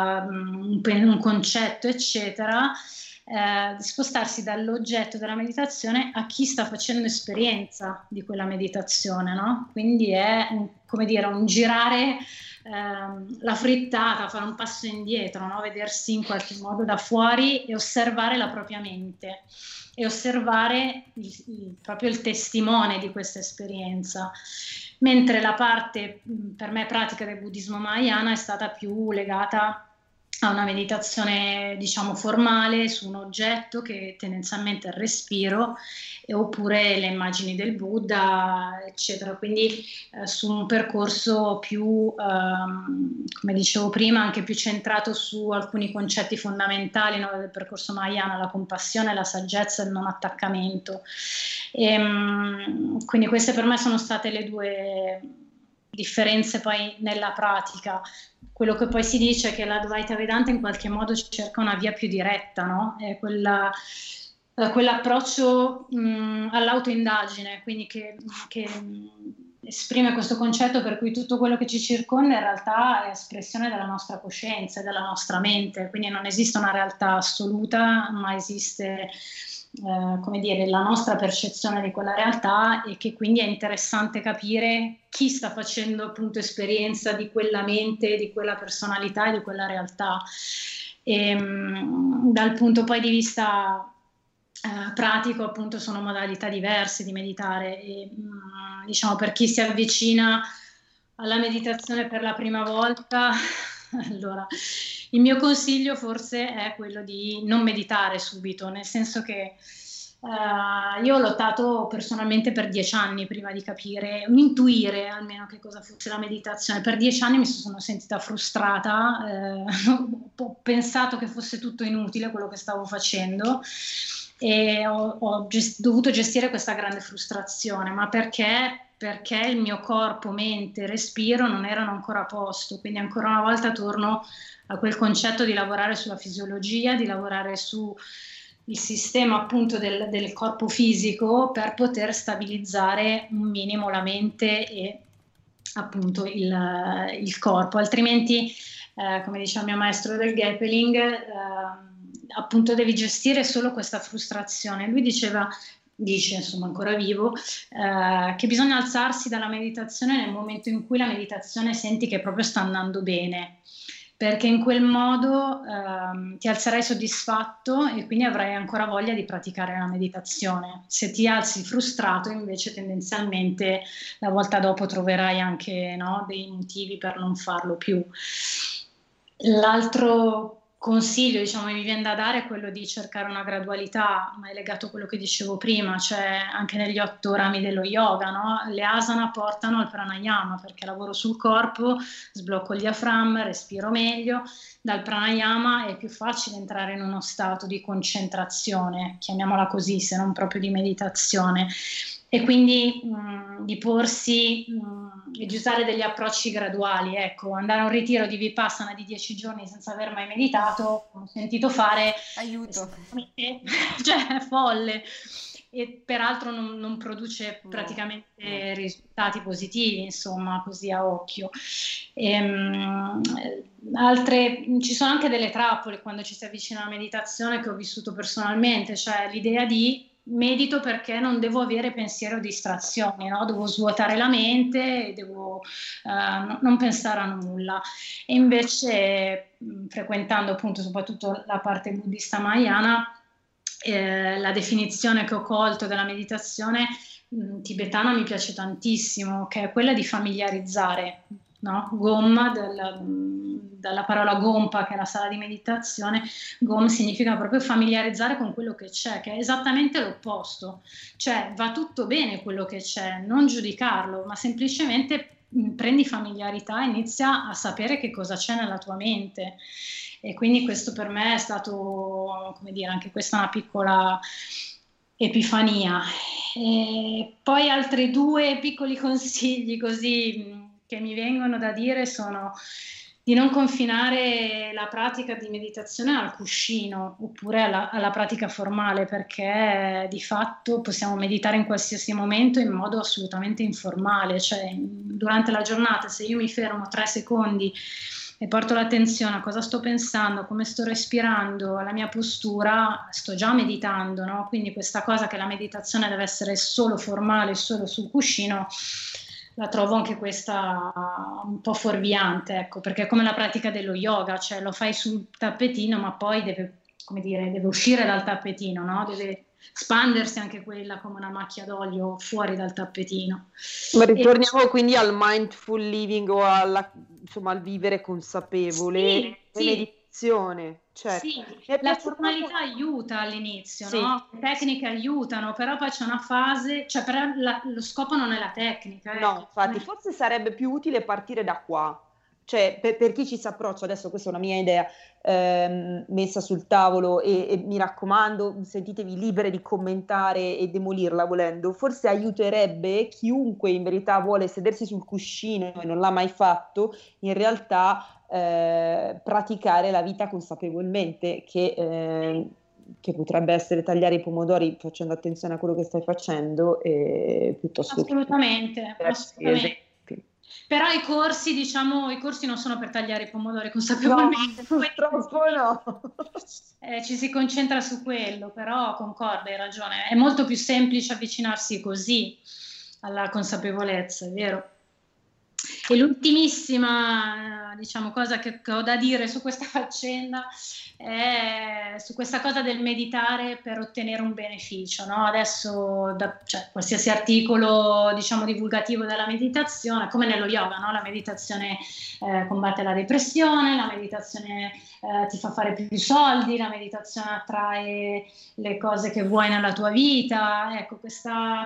[SPEAKER 3] un, un concetto, eccetera, eh, spostarsi dall'oggetto della meditazione a chi sta facendo esperienza di quella meditazione, no? Quindi è, come dire, un girare eh, la frittata, fare un passo indietro, no? Vedersi in qualche modo da fuori e osservare la propria mente e osservare il, il, proprio il testimone di questa esperienza, mentre la parte per me pratica del buddismo mahayana è stata più legata a una meditazione, diciamo, formale su un oggetto che tendenzialmente è il respiro, e, oppure le immagini del Buddha, eccetera, quindi eh, su un percorso più, ehm, come dicevo prima, anche più centrato su alcuni concetti fondamentali, no, del percorso mahayana, la compassione, la saggezza e il non attaccamento. E, mh, quindi queste per me sono state le due differenze poi nella pratica. Quello che poi si dice è che l'Advaita Vedanta in qualche modo cerca una via più diretta, no? È quella, quell'approccio mh, all'autoindagine, quindi che, che mh, esprime questo concetto per cui tutto quello che ci circonda in realtà è espressione della nostra coscienza e della nostra mente, quindi non esiste una realtà assoluta, ma esiste Eh, come dire, la nostra percezione di quella realtà, e che quindi è interessante capire chi sta facendo appunto esperienza di quella mente, di quella personalità e di quella realtà. E, mh, dal punto poi di vista eh, pratico, appunto, sono modalità diverse di meditare e mh, diciamo, per chi si avvicina alla meditazione per la prima volta allora il mio consiglio forse è quello di non meditare subito, nel senso che uh, io ho lottato personalmente per dieci anni prima di capire, intuire almeno che cosa fosse la meditazione. Per dieci anni mi sono sentita frustrata, eh, ho pensato che fosse tutto inutile quello che stavo facendo e ho, ho gest- dovuto gestire questa grande frustrazione, ma perché? Perché il mio corpo, mente, respiro non erano ancora a posto, quindi ancora una volta torno a quel concetto di lavorare sulla fisiologia, di lavorare su il sistema appunto del, del corpo fisico per poter stabilizzare un minimo la mente e appunto il, il corpo, altrimenti eh, come diceva il mio maestro del Gappeling, eh, appunto devi gestire solo questa frustrazione. Lui diceva, dice, insomma ancora vivo, eh, che bisogna alzarsi dalla meditazione nel momento in cui la meditazione senti che proprio sta andando bene, perché in quel modo ehm, ti alzerai soddisfatto e quindi avrai ancora voglia di praticare la meditazione. Se ti alzi frustrato, invece, tendenzialmente la volta dopo troverai anche, no, dei motivi per non farlo più. L'altro consiglio, diciamo, che mi viene da dare è quello di cercare una gradualità, ma è legato a quello che dicevo prima, cioè anche negli otto rami dello yoga, no? Le asana portano al pranayama, perché lavoro sul corpo, sblocco il diaframma, respiro meglio. Dal pranayama è più facile entrare in uno stato di concentrazione, chiamiamola così, se non proprio di meditazione. E quindi mh, di porsi mh, e di usare degli approcci graduali, ecco, andare a un ritiro di Vipassana di dieci giorni senza aver mai meditato, ho sentito fare,
[SPEAKER 1] aiuto,
[SPEAKER 3] cioè è folle, e peraltro non, non produce praticamente no, no. risultati positivi, insomma, così a occhio. Ehm, altre, ci sono anche delle trappole quando ci si avvicina alla meditazione, che ho vissuto personalmente, cioè l'idea di medito perché non devo avere pensiero o distrazioni, no? Devo svuotare la mente e devo uh, non pensare a nulla. E invece, mh, frequentando appunto soprattutto la parte buddista mahayana, eh, la definizione che ho colto della meditazione mh, tibetana mi piace tantissimo, che è quella di familiarizzare, no? Gom, del, dalla parola gompa, che è la sala di meditazione. Gom significa proprio familiarizzare con quello che c'è, che è esattamente l'opposto, cioè va tutto bene quello che c'è, non giudicarlo, ma semplicemente prendi familiarità e inizia a sapere che cosa c'è nella tua mente. E quindi questo per me è stato, come dire, anche questa una piccola epifania. E poi altri due piccoli consigli così che mi vengono da dire sono di non confinare la pratica di meditazione al cuscino oppure alla, alla pratica formale, perché di fatto possiamo meditare in qualsiasi momento in modo assolutamente informale, cioè durante la giornata se io mi fermo tre secondi e porto l'attenzione a cosa sto pensando, come sto respirando, alla mia postura, sto già meditando, no? Quindi questa cosa che la meditazione deve essere solo formale, solo sul cuscino, la trovo anche questa un po' fuorviante, ecco, perché è come la pratica dello yoga, cioè lo fai sul tappetino, ma poi deve, come dire, deve uscire dal tappetino, no? Deve spandersi anche quella come una macchia d'olio fuori dal tappetino.
[SPEAKER 2] Ma ritorniamo e... quindi al mindful living o alla, insomma, al vivere consapevole
[SPEAKER 3] sì,
[SPEAKER 2] e
[SPEAKER 3] sì.
[SPEAKER 2] meditazione. Certo.
[SPEAKER 3] Sì, la formalità aiuta all'inizio, sì. No? Le tecniche aiutano, però poi c'è una fase, cioè però la, lo scopo non è la tecnica.
[SPEAKER 2] No,
[SPEAKER 3] ecco.
[SPEAKER 2] infatti forse sarebbe più utile partire da qua. Cioè, per, per chi ci si approccia, adesso questa è una mia idea ehm, messa sul tavolo e, e mi raccomando, sentitevi libere di commentare e demolirla volendo, forse aiuterebbe chiunque in verità vuole sedersi sul cuscino e non l'ha mai fatto, in realtà eh, praticare la vita consapevolmente, che, eh, che potrebbe essere tagliare i pomodori facendo attenzione a quello che stai facendo, e piuttosto
[SPEAKER 3] assolutamente, che... assolutamente. Però i corsi, diciamo, i corsi non sono per tagliare i pomodori consapevolmente.
[SPEAKER 2] No, purtroppo no.
[SPEAKER 3] Eh, ci si concentra su quello, però concordo, hai ragione. È molto più semplice avvicinarsi così alla consapevolezza, è vero. E l'ultimissima, diciamo, cosa che, che ho da dire su questa faccenda è su questa cosa del meditare per ottenere un beneficio, no? Adesso, da, cioè, qualsiasi articolo, diciamo, divulgativo della meditazione, come nello yoga, no? La meditazione eh, combatte la depressione, la meditazione eh, ti fa fare più soldi, la meditazione attrae le cose che vuoi nella tua vita, ecco, questa...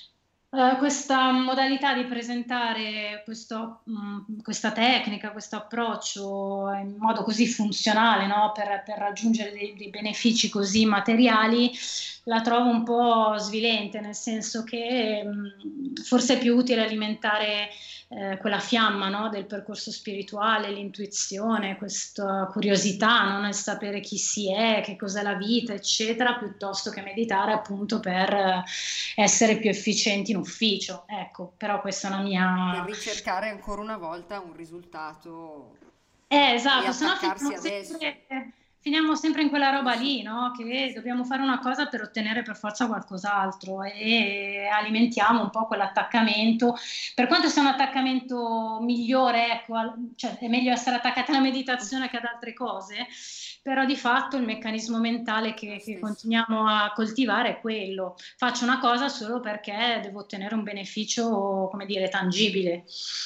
[SPEAKER 3] Uh, questa modalità di presentare questo, mh, questa tecnica, questo approccio in modo così funzionale, no? per, per raggiungere dei, dei benefici così materiali, la trovo un po' svilente, nel senso che mh, forse è più utile alimentare eh, quella fiamma, no? del percorso spirituale, l'intuizione, questa curiosità, no? nel sapere chi si è, che cos'è la vita, eccetera, piuttosto che meditare appunto per eh, essere più efficienti in ufficio, ecco, però questa è una mia...
[SPEAKER 1] Per ricercare ancora una volta un risultato
[SPEAKER 3] eh, esatto,
[SPEAKER 1] e
[SPEAKER 3] se no
[SPEAKER 1] attaccarsi
[SPEAKER 3] finiamo
[SPEAKER 1] adesso.
[SPEAKER 3] sempre, finiamo sempre in quella roba lì, no? Che dobbiamo fare una cosa per ottenere per forza qualcos'altro e alimentiamo un po' quell'attaccamento, per quanto sia un attaccamento migliore, ecco, cioè è meglio essere attaccati alla meditazione che ad altre cose, però di fatto il meccanismo mentale che, che continuiamo a coltivare è quello. Faccio una cosa solo perché devo ottenere un beneficio, come dire, tangibile.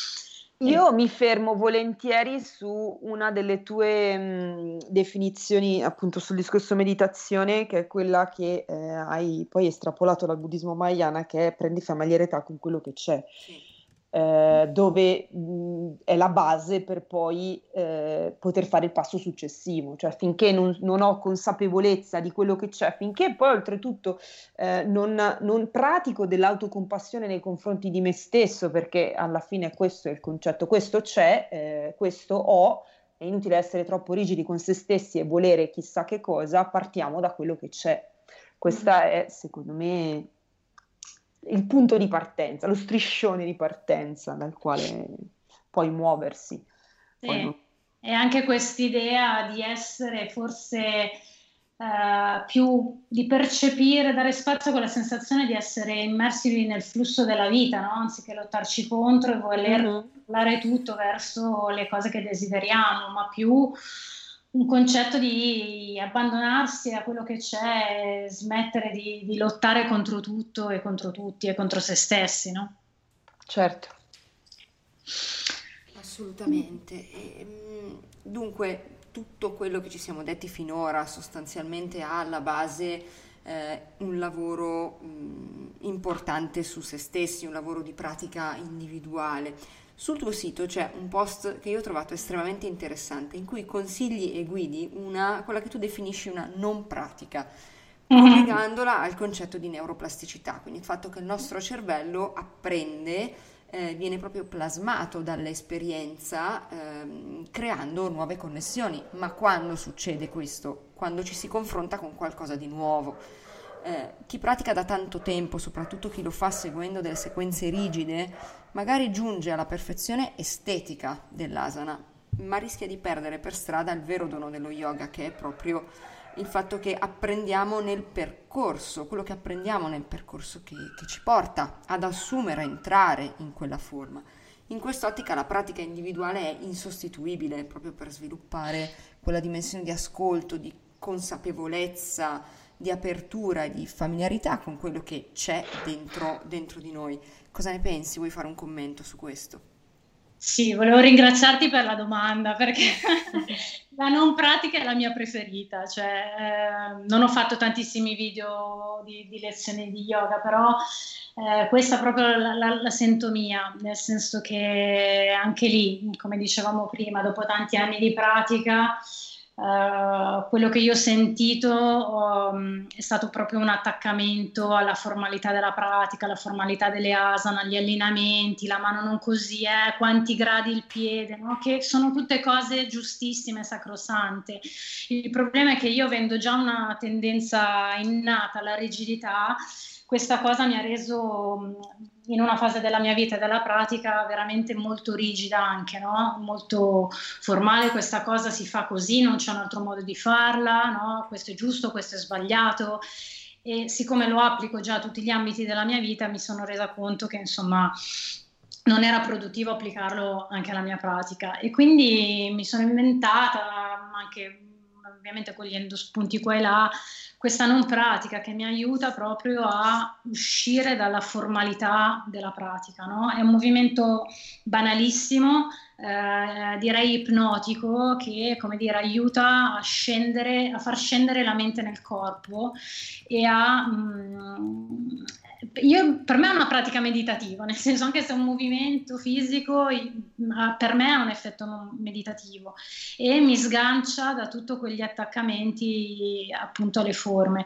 [SPEAKER 2] Io e... mi fermo volentieri su una delle tue mh, definizioni, appunto, sul discorso meditazione, che è quella che eh, hai poi estrapolato dal buddismo mahayana, che è prendi familiarità con quello che c'è. Sì. Eh, dove mh, è la base per poi eh, poter fare il passo successivo, cioè finché non, non ho consapevolezza di quello che c'è, finché poi oltretutto eh, non, non pratico dell'autocompassione nei confronti di me stesso, perché alla fine questo è il concetto, questo c'è, eh, questo ho, è inutile essere troppo rigidi con se stessi e volere chissà che cosa, partiamo da quello che c'è. Questo è, secondo me, il punto di partenza, lo striscione di partenza dal quale puoi muoversi. Poi
[SPEAKER 3] Sì,
[SPEAKER 2] non-
[SPEAKER 3] e anche quest'idea di essere forse eh, più di percepire, dare spazio a quella sensazione di essere immersi nel flusso della vita, no? Anziché lottarci contro e voler
[SPEAKER 2] Mhm.
[SPEAKER 3] controllare tutto verso le cose che desideriamo, ma più un concetto di abbandonarsi a quello che c'è, e smettere di, di lottare contro tutto e contro tutti e contro se stessi, no?
[SPEAKER 2] Certo.
[SPEAKER 1] Assolutamente. E, mm, dunque, tutto quello che ci siamo detti finora sostanzialmente ha alla base eh, un lavoro mm, importante su se stessi, un lavoro di pratica individuale. Sul tuo sito c'è un post che io ho trovato estremamente interessante in cui consigli e guidi una, quella che tu definisci una non pratica,
[SPEAKER 3] Mhm.
[SPEAKER 1] collegandola al concetto di neuroplasticità, quindi il fatto che il nostro cervello apprende, eh, viene proprio plasmato dall'esperienza, ehm, creando nuove connessioni. Ma quando succede questo? Quando ci si confronta con qualcosa di nuovo. Eh, chi pratica da tanto tempo, soprattutto chi lo fa seguendo delle sequenze rigide, magari giunge alla perfezione estetica dell'asana, ma rischia di perdere per strada il vero dono dello yoga, che è proprio il fatto che apprendiamo nel percorso, quello che apprendiamo nel percorso che, che ci porta ad assumere, a entrare in quella forma. In quest'ottica la pratica individuale è insostituibile proprio per sviluppare quella dimensione di ascolto, di consapevolezza, di apertura e di familiarità con quello che c'è dentro, dentro di noi. Cosa ne pensi? Vuoi fare un commento su questo?
[SPEAKER 3] Sì, volevo ringraziarti per la domanda perché la non pratica è la mia preferita, cioè eh, non ho fatto tantissimi video di, di lezioni di yoga, però eh, questa proprio la, la- la sento mia, nel senso che anche lì, come dicevamo prima, dopo tanti anni di pratica, eh, quello che io ho sentito um, è stato proprio un attaccamento alla formalità della pratica, alla formalità delle asana, gli allineamenti, la mano non così, eh, quanti gradi il piede, no? Che sono tutte cose giustissime, sacrosante. Il problema è che io, avendo già una tendenza innata alla rigidità, questa cosa mi ha reso mh, in una fase della mia vita e della pratica veramente molto rigida anche, no? Molto formale, questa cosa si fa così, non c'è un altro modo di farla, no? Questo è giusto, questo è sbagliato. E siccome lo applico già a tutti gli ambiti della mia vita, mi sono resa conto che insomma non era produttivo applicarlo anche alla mia pratica e quindi mi sono inventata, anche ovviamente cogliendo spunti qua e là, questa non pratica che mi aiuta proprio a uscire dalla formalità della pratica, no? È un movimento banalissimo, eh, direi ipnotico, che, come dire, aiuta a scendere, a far scendere la mente nel corpo e a... mm, io, per me è una pratica meditativa, nel senso, anche se è un movimento fisico, i- ma per me ha un effetto non- meditativo e mi sgancia da tutti quegli attaccamenti appunto alle forme.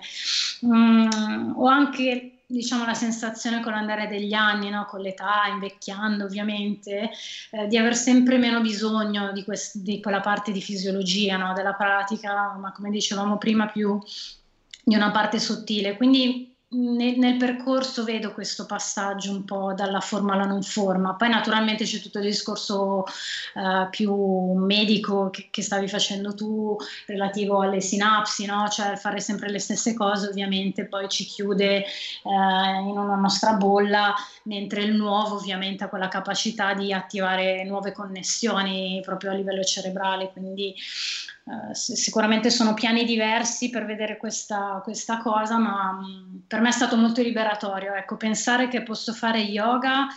[SPEAKER 3] Mm, ho anche, diciamo, la sensazione con l'andare degli anni, no? Con l'età, invecchiando ovviamente, eh, di aver sempre meno bisogno di, quest- di quella parte di fisiologia, no? Della pratica, ma come dicevamo prima più di una parte sottile. Quindi nel, nel percorso vedo questo passaggio un po' dalla forma alla non forma. Poi naturalmente c'è tutto il discorso eh, più medico che, che stavi facendo tu, relativo alle sinapsi, no? Cioè fare sempre le stesse cose ovviamente poi ci chiude eh, in una nostra bolla, mentre il nuovo ovviamente ha quella capacità di attivare nuove connessioni proprio a livello cerebrale, quindi eh, sicuramente sono piani diversi per vedere questa, questa cosa, ma mh, per me è stato molto liberatorio, ecco, pensare che posso fare yoga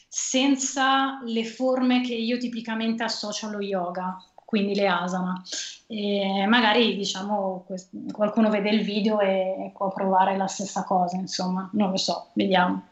[SPEAKER 3] senza le forme che io tipicamente associo allo yoga, quindi le asana. E magari, diciamo, quest- qualcuno vede il video e, e può provare la stessa cosa, insomma, non lo so, vediamo.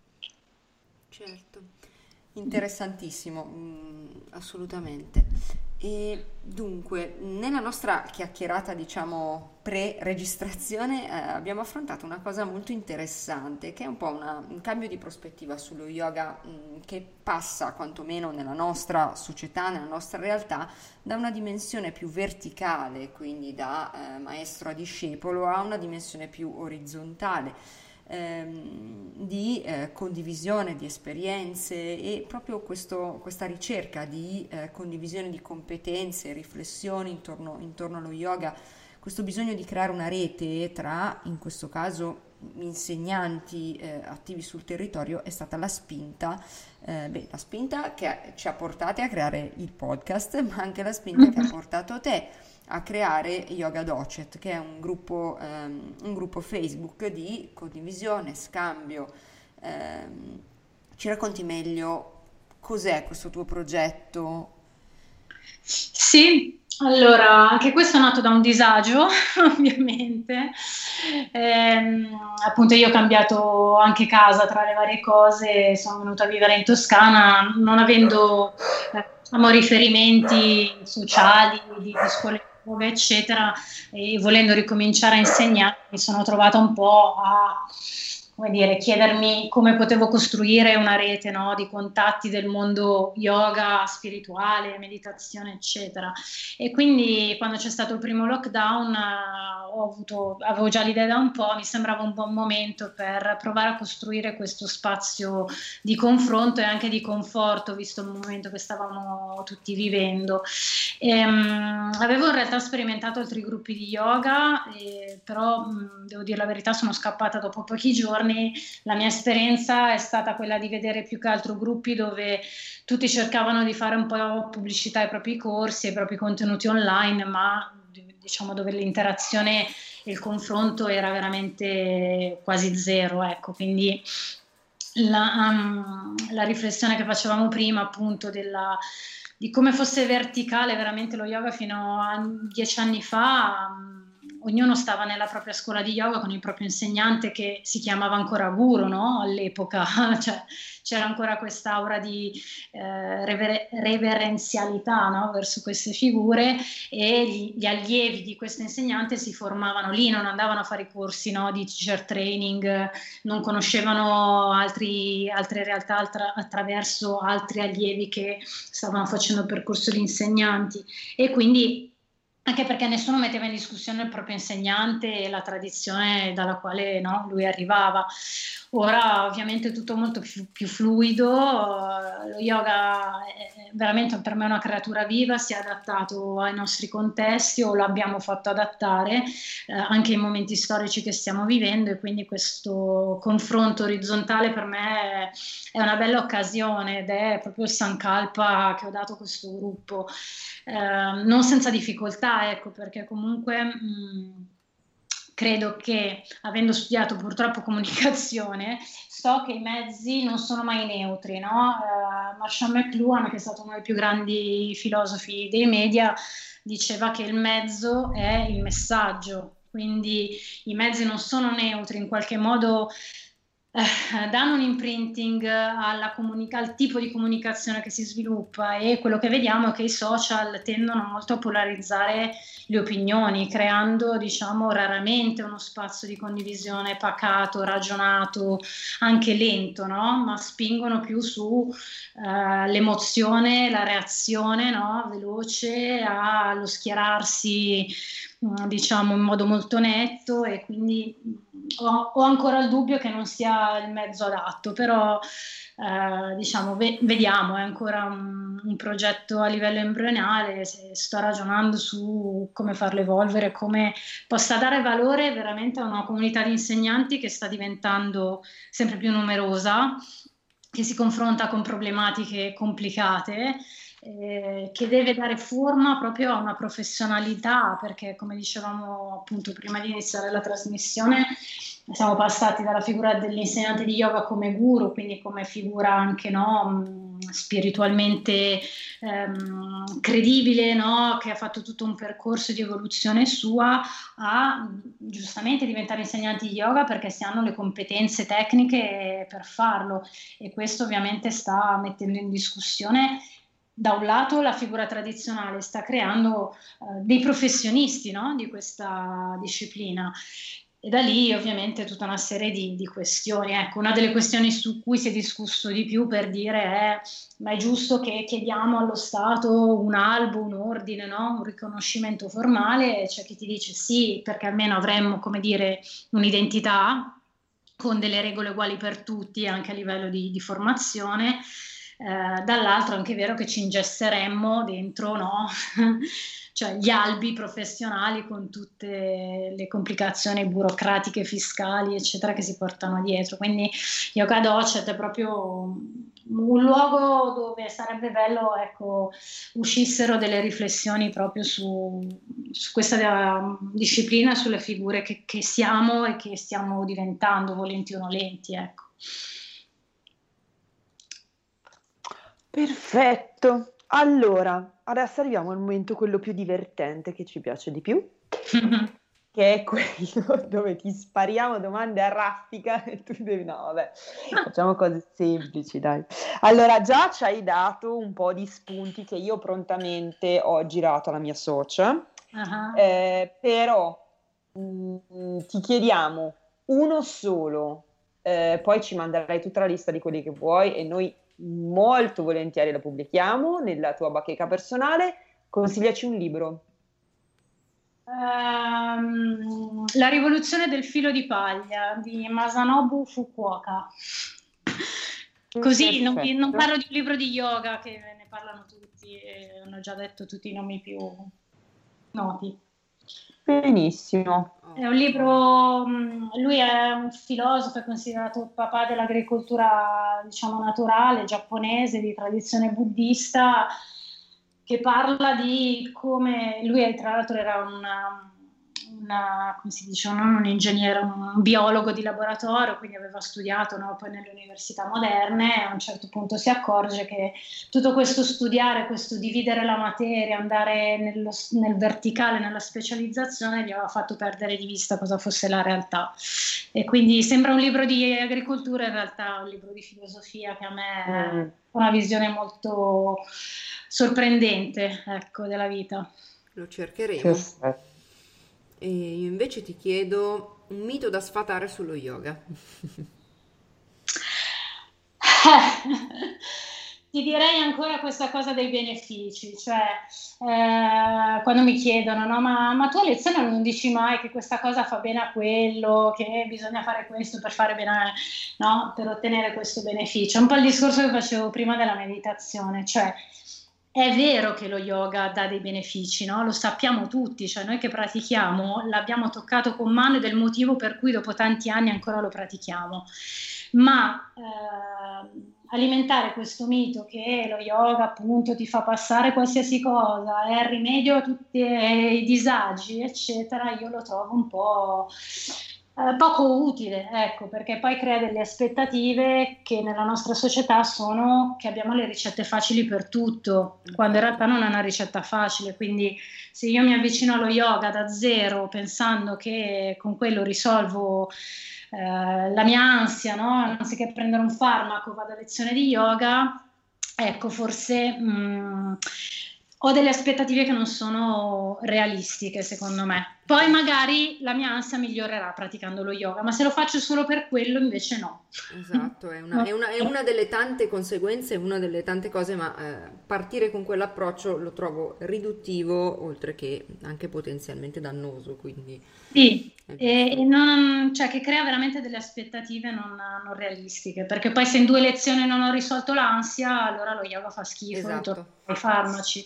[SPEAKER 1] Certo, interessantissimo, mm, assolutamente. E dunque, nella nostra chiacchierata, diciamo, pre-registrazione, eh, abbiamo affrontato una cosa molto interessante, che è un po' una- un cambio di prospettiva sullo yoga, mh, che passa, quantomeno nella nostra società, nella nostra realtà, da una dimensione più verticale, quindi da eh, maestro a discepolo, a una dimensione più orizzontale ehm, di eh, condivisione di esperienze e proprio questo- questa ricerca di eh, condivisione di competenze, riflessioni intorno, intorno allo yoga, questo bisogno di creare una rete tra, in questo caso, insegnanti eh, attivi sul territorio è stata la spinta, eh, beh, la spinta che ha- ci ha portate a creare il podcast, ma anche la spinta che ha portato te a creare Yoga Docet, che è un gruppo, ehm, un gruppo Facebook di condivisione, scambio. Ehm, ci racconti meglio cos'è questo tuo progetto?
[SPEAKER 3] Sì, allora anche questo è nato da un disagio, ovviamente. Ehm, appunto io ho cambiato anche casa tra le varie cose, sono venuta a vivere in Toscana non avendo eh, diciamo, riferimenti sociali di, di scuole nuove, eccetera, e volendo ricominciare a insegnare mi sono trovata un po' a, come dire, chiedermi come potevo costruire una rete, no, di contatti del mondo yoga, spirituale, meditazione, eccetera. E quindi quando c'è stato il primo lockdown eh, ho avuto, avevo già l'idea da un po', mi sembrava un buon momento per provare a costruire questo spazio di confronto e anche di conforto, visto il momento che stavamo tutti vivendo. Ehm, avevo in realtà sperimentato altri gruppi di yoga, eh, però mh, devo dire la verità, sono scappata dopo pochi giorni. La mia esperienza è stata quella di vedere più che altro gruppi dove tutti cercavano di fare un po' pubblicità ai propri corsi, ai propri contenuti online, ma diciamo dove l'interazione e il confronto era veramente quasi zero, ecco, quindi la, um, la riflessione che facevamo prima appunto della, di come fosse verticale veramente lo yoga fino a dieci anni fa. Um, ognuno stava nella propria scuola di yoga con il proprio insegnante che si chiamava ancora guru, no? All'epoca, cioè, c'era ancora quest'aura di eh, rever- reverenzialità, no? Verso queste figure, e gli, gli allievi di questo insegnante si formavano lì, non andavano a fare i corsi, no? Di teacher training, non conoscevano altri, altre realtà altra, attraverso altri allievi che stavano facendo il percorso di insegnanti, e quindi anche perché nessuno metteva in discussione il proprio insegnante e la tradizione dalla quale, no, lui arrivava. Ora ovviamente è tutto molto più, più fluido, lo yoga è veramente per me una creatura viva, si è adattato ai nostri contesti o l'abbiamo fatto adattare eh, anche ai momenti storici che stiamo vivendo, e quindi questo confronto orizzontale per me è una bella occasione ed è proprio il sankalpa che ho dato a questo gruppo. Eh, non senza difficoltà, ecco, perché comunque mh, credo che, avendo studiato purtroppo comunicazione, so che i mezzi non sono mai neutri, no? Eh, Marshall McLuhan, che è stato uno dei più grandi filosofi dei media, diceva che il mezzo è il messaggio, quindi i mezzi non sono neutri, in qualche modo eh, danno un imprinting alla comunica- al tipo di comunicazione che si sviluppa, e quello che vediamo è che i social tendono molto a polarizzare le opinioni, creando, diciamo, raramente uno spazio di condivisione pacato, ragionato, anche lento, no? Ma spingono più su eh, l'emozione, la reazione, no? Veloce allo schierarsi, diciamo, in modo molto netto, e quindi ho, ho ancora il dubbio che non sia il mezzo adatto, però eh, diciamo, ve- vediamo, è ancora un, un progetto a livello embrionale, se sto ragionando su come farlo evolvere, come possa dare valore veramente a una comunità di insegnanti che sta diventando sempre più numerosa, che si confronta con problematiche complicate, eh, che deve dare forma proprio a una professionalità, perché come dicevamo appunto prima di iniziare la trasmissione, siamo passati dalla figura dell'insegnante di yoga come guru, quindi come figura anche, no, spiritualmente ehm, credibile, no, che ha fatto tutto un percorso di evoluzione sua, a giustamente diventare insegnanti di yoga perché si hanno le competenze tecniche per farlo, e questo ovviamente sta mettendo in discussione da un lato la figura tradizionale sta creando eh, dei professionisti, no? Di questa disciplina. E da lì ovviamente tutta una serie di, di questioni. Ecco, una delle questioni su cui si è discusso di più per dire è: ma è giusto che chiediamo allo Stato un albo, un ordine, no? Un riconoscimento formale? C'è chi ti dice sì, perché almeno avremmo, come dire, un'identità con delle regole uguali per tutti, anche a livello di, di formazione. Eh, dall'altro è anche vero che ci ingesseremmo dentro, no? Cioè gli albi professionali con tutte le complicazioni burocratiche, fiscali, eccetera, che si portano dietro. Quindi Yoga Docet è proprio un luogo dove sarebbe bello, ecco, uscissero delle riflessioni proprio su, su questa uh, disciplina, sulle figure che, che siamo e che stiamo diventando, volenti o nolenti, ecco.
[SPEAKER 2] Perfetto. Allora, adesso arriviamo al momento quello più divertente, che ci piace di più, che è quello dove ti spariamo domande a raffica e tu devi... No, vabbè, facciamo cose semplici, dai. Allora, già ci hai dato un po' di spunti che io prontamente ho girato alla mia socia,
[SPEAKER 3] Uh-huh.
[SPEAKER 2] eh, però mh, ti chiediamo uno solo, eh, poi ci manderai tutta la lista di quelli che vuoi e noi molto volentieri la pubblichiamo nella tua bacheca personale. Consigliaci un libro.
[SPEAKER 3] Um, La rivoluzione del filo di paglia di Masanobu Fukuoka. Così non, non parlo di un libro di yoga, che ne parlano tutti e hanno già detto tutti i nomi più noti.
[SPEAKER 2] Benissimo.
[SPEAKER 3] È un libro, lui è un filosofo, è considerato il papà dell'agricoltura, diciamo, naturale, giapponese, di tradizione buddista, che parla di come lui, tra l'altro, era una, una, come si dice, non un ingegnere, un biologo di laboratorio, quindi aveva studiato, no, poi nelle università moderne, e a un certo punto si accorge che tutto questo studiare, questo dividere la materia, andare nello, nel verticale, nella specializzazione, gli aveva fatto perdere di vista cosa fosse la realtà. E quindi sembra un libro di agricoltura, in realtà è un libro di filosofia che a me è
[SPEAKER 2] Mm.
[SPEAKER 3] una visione molto sorprendente, ecco, della vita.
[SPEAKER 1] Lo cercheremo.
[SPEAKER 2] Perfetto.
[SPEAKER 1] E io invece ti chiedo un mito da sfatare sullo yoga.
[SPEAKER 3] Ti direi ancora questa cosa dei benefici, cioè eh, quando mi chiedono, no, ma, ma tu a lezione non dici mai che questa cosa fa bene a quello, che bisogna fare questo per fare bene, no, per ottenere questo beneficio. È un po' il discorso che facevo prima della meditazione, cioè è vero che lo yoga dà dei benefici, no? Lo sappiamo tutti, cioè noi che pratichiamo l'abbiamo toccato con mano ed è il motivo per cui dopo tanti anni ancora lo pratichiamo. Ma eh, alimentare questo mito che lo yoga appunto ti fa passare qualsiasi cosa, è il rimedio a tutti i disagi, eccetera, io lo trovo un po' eh, poco utile, ecco, perché poi crea delle aspettative che nella nostra società sono che abbiamo le ricette facili per tutto, quando in realtà non è una ricetta facile. Quindi se io mi avvicino allo yoga da zero pensando che con quello risolvo eh, la mia ansia, no? Anziché prendere un farmaco vado a lezione di yoga, ecco, forse mh, ho delle aspettative che non sono realistiche, secondo me. Poi magari la mia ansia migliorerà praticando lo yoga, ma se lo faccio solo per quello invece no.
[SPEAKER 1] Esatto, è una, è una- è una delle tante conseguenze, una delle tante cose, ma eh, partire con quell'approccio lo trovo riduttivo, oltre che anche potenzialmente dannoso, quindi
[SPEAKER 3] Sì,
[SPEAKER 1] è
[SPEAKER 3] e,
[SPEAKER 1] giusto.
[SPEAKER 3] e non- cioè che crea veramente delle aspettative non, non realistiche, perché poi se in due lezioni non ho risolto l'ansia, allora lo yoga fa schifo, ritorno
[SPEAKER 1] Esatto.
[SPEAKER 3] ai farmaci.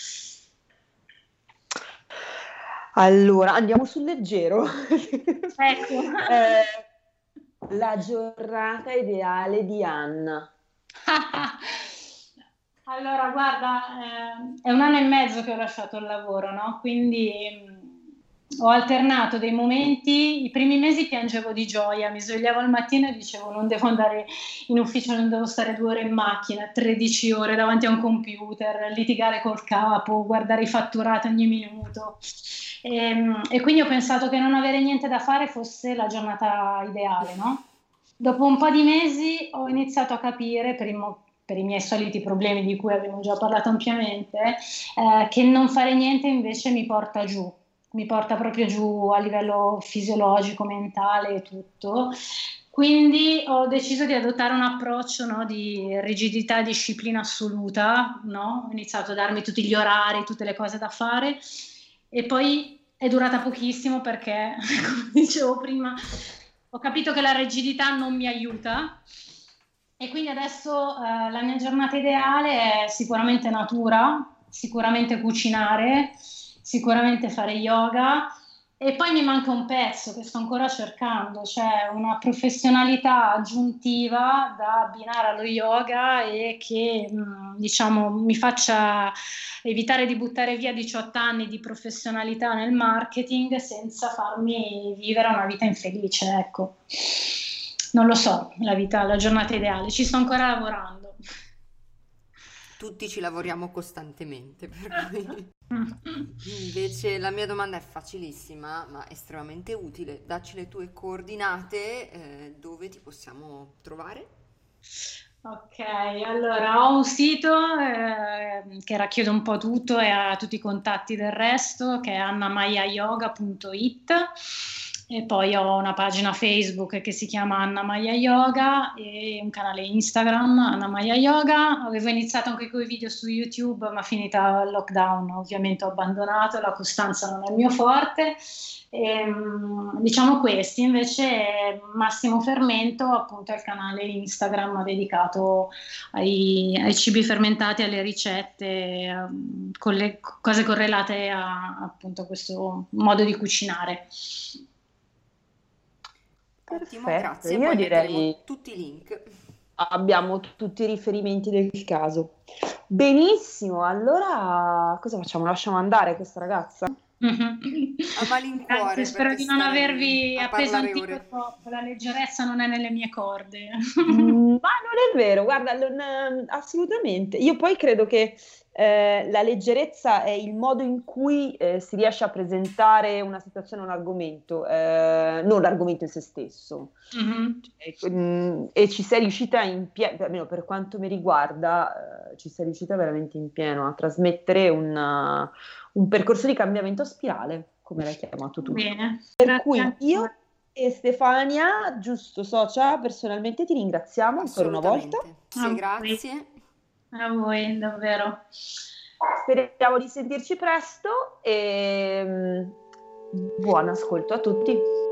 [SPEAKER 2] Allora, andiamo sul leggero.
[SPEAKER 3] Ecco.
[SPEAKER 2] Eh, la giornata ideale di Anna.
[SPEAKER 3] Allora, guarda, eh, è un anno e mezzo che ho lasciato il lavoro, no? Quindi mh, ho alternato dei momenti, i primi mesi piangevo di gioia, mi svegliavo al mattino e dicevo non devo andare in ufficio, non devo stare due ore in macchina, tredici ore davanti a un computer, litigare col capo, guardare i fatturati ogni minuto. E, e quindi ho pensato che non avere niente da fare fosse la giornata ideale, no? Dopo un po' di mesi ho iniziato a capire, per i mo- per i miei soliti problemi di cui abbiamo già parlato ampiamente, eh, che non fare niente invece mi porta giù, mi porta proprio giù a livello fisiologico, mentale e tutto. Quindi ho deciso di adottare un approccio, no, di rigidità e disciplina assoluta, no? Ho iniziato a darmi tutti gli orari, tutte le cose da fare, e poi è durata pochissimo perché, come dicevo prima, ho capito che la rigidità non mi aiuta, e quindi adesso eh, la mia giornata ideale è sicuramente natura, sicuramente cucinare, sicuramente fare yoga, e poi mi manca un pezzo che sto ancora cercando, cioè una professionalità aggiuntiva da abbinare allo yoga e che mh, diciamo mi faccia evitare di buttare via diciotto anni di professionalità nel marketing senza farmi vivere una vita infelice, ecco. Non lo so, la vita, la giornata ideale, ci sto ancora lavorando.
[SPEAKER 1] Tutti ci lavoriamo costantemente, per cui invece la mia domanda è facilissima ma estremamente utile. Dacci le tue coordinate, eh, dove ti possiamo trovare?
[SPEAKER 3] Ok, allora ho un sito eh, che racchiude un po' tutto e ha tutti i contatti del resto, che è annamayayoga punto it, e poi ho una pagina Facebook che si chiama Anna Maya Yoga e un canale Instagram Anna Maya Yoga. Avevo iniziato anche con i video su YouTube, ma finita il lockdown ovviamente ho abbandonato, la costanza non è il mio forte. E, diciamo questi, invece Massimo Fermento appunto è il canale Instagram dedicato ai, ai cibi fermentati, alle ricette, um, con le cose correlate a appunto questo modo di cucinare.
[SPEAKER 1] Ottimo,
[SPEAKER 2] Perfetto,
[SPEAKER 1] grazie.
[SPEAKER 2] io
[SPEAKER 1] Poi
[SPEAKER 2] direi
[SPEAKER 1] metteremo tutti i link.
[SPEAKER 2] abbiamo tutti i riferimenti del caso. Benissimo, allora cosa facciamo? Lasciamo andare questa ragazza?
[SPEAKER 3] Mhm.
[SPEAKER 1] A malincuore,
[SPEAKER 3] Grazie, spero
[SPEAKER 1] perché
[SPEAKER 3] di non
[SPEAKER 1] stare
[SPEAKER 3] avervi
[SPEAKER 1] a parlare
[SPEAKER 3] appesantito
[SPEAKER 1] ore.
[SPEAKER 3] troppo, la leggerezza non è nelle mie corde.
[SPEAKER 2] Mm, ma non è vero, guarda, non- eh, assolutamente. Io poi credo che eh, la leggerezza è il modo in cui eh, si riesce a presentare una situazione, un argomento, eh, non l'argomento in se stesso.
[SPEAKER 3] Mhm.
[SPEAKER 2] Cioè, mm, e ci sei riuscita in pieno, almeno per quanto mi riguarda, eh, ci sei riuscita veramente in pieno a trasmettere un, un percorso di cambiamento a spirale, come l'hai chiamato tu.
[SPEAKER 3] Bene,
[SPEAKER 2] Per
[SPEAKER 3] grazie
[SPEAKER 2] cui io
[SPEAKER 3] ancora.
[SPEAKER 2] e Stefania, giusto socia, personalmente ti ringraziamo ancora una volta.
[SPEAKER 1] Assolutamente.
[SPEAKER 3] A
[SPEAKER 1] Sì,
[SPEAKER 3] voi,
[SPEAKER 1] grazie.
[SPEAKER 3] a voi, davvero.
[SPEAKER 2] Speriamo di sentirci presto e mm, buon ascolto a tutti.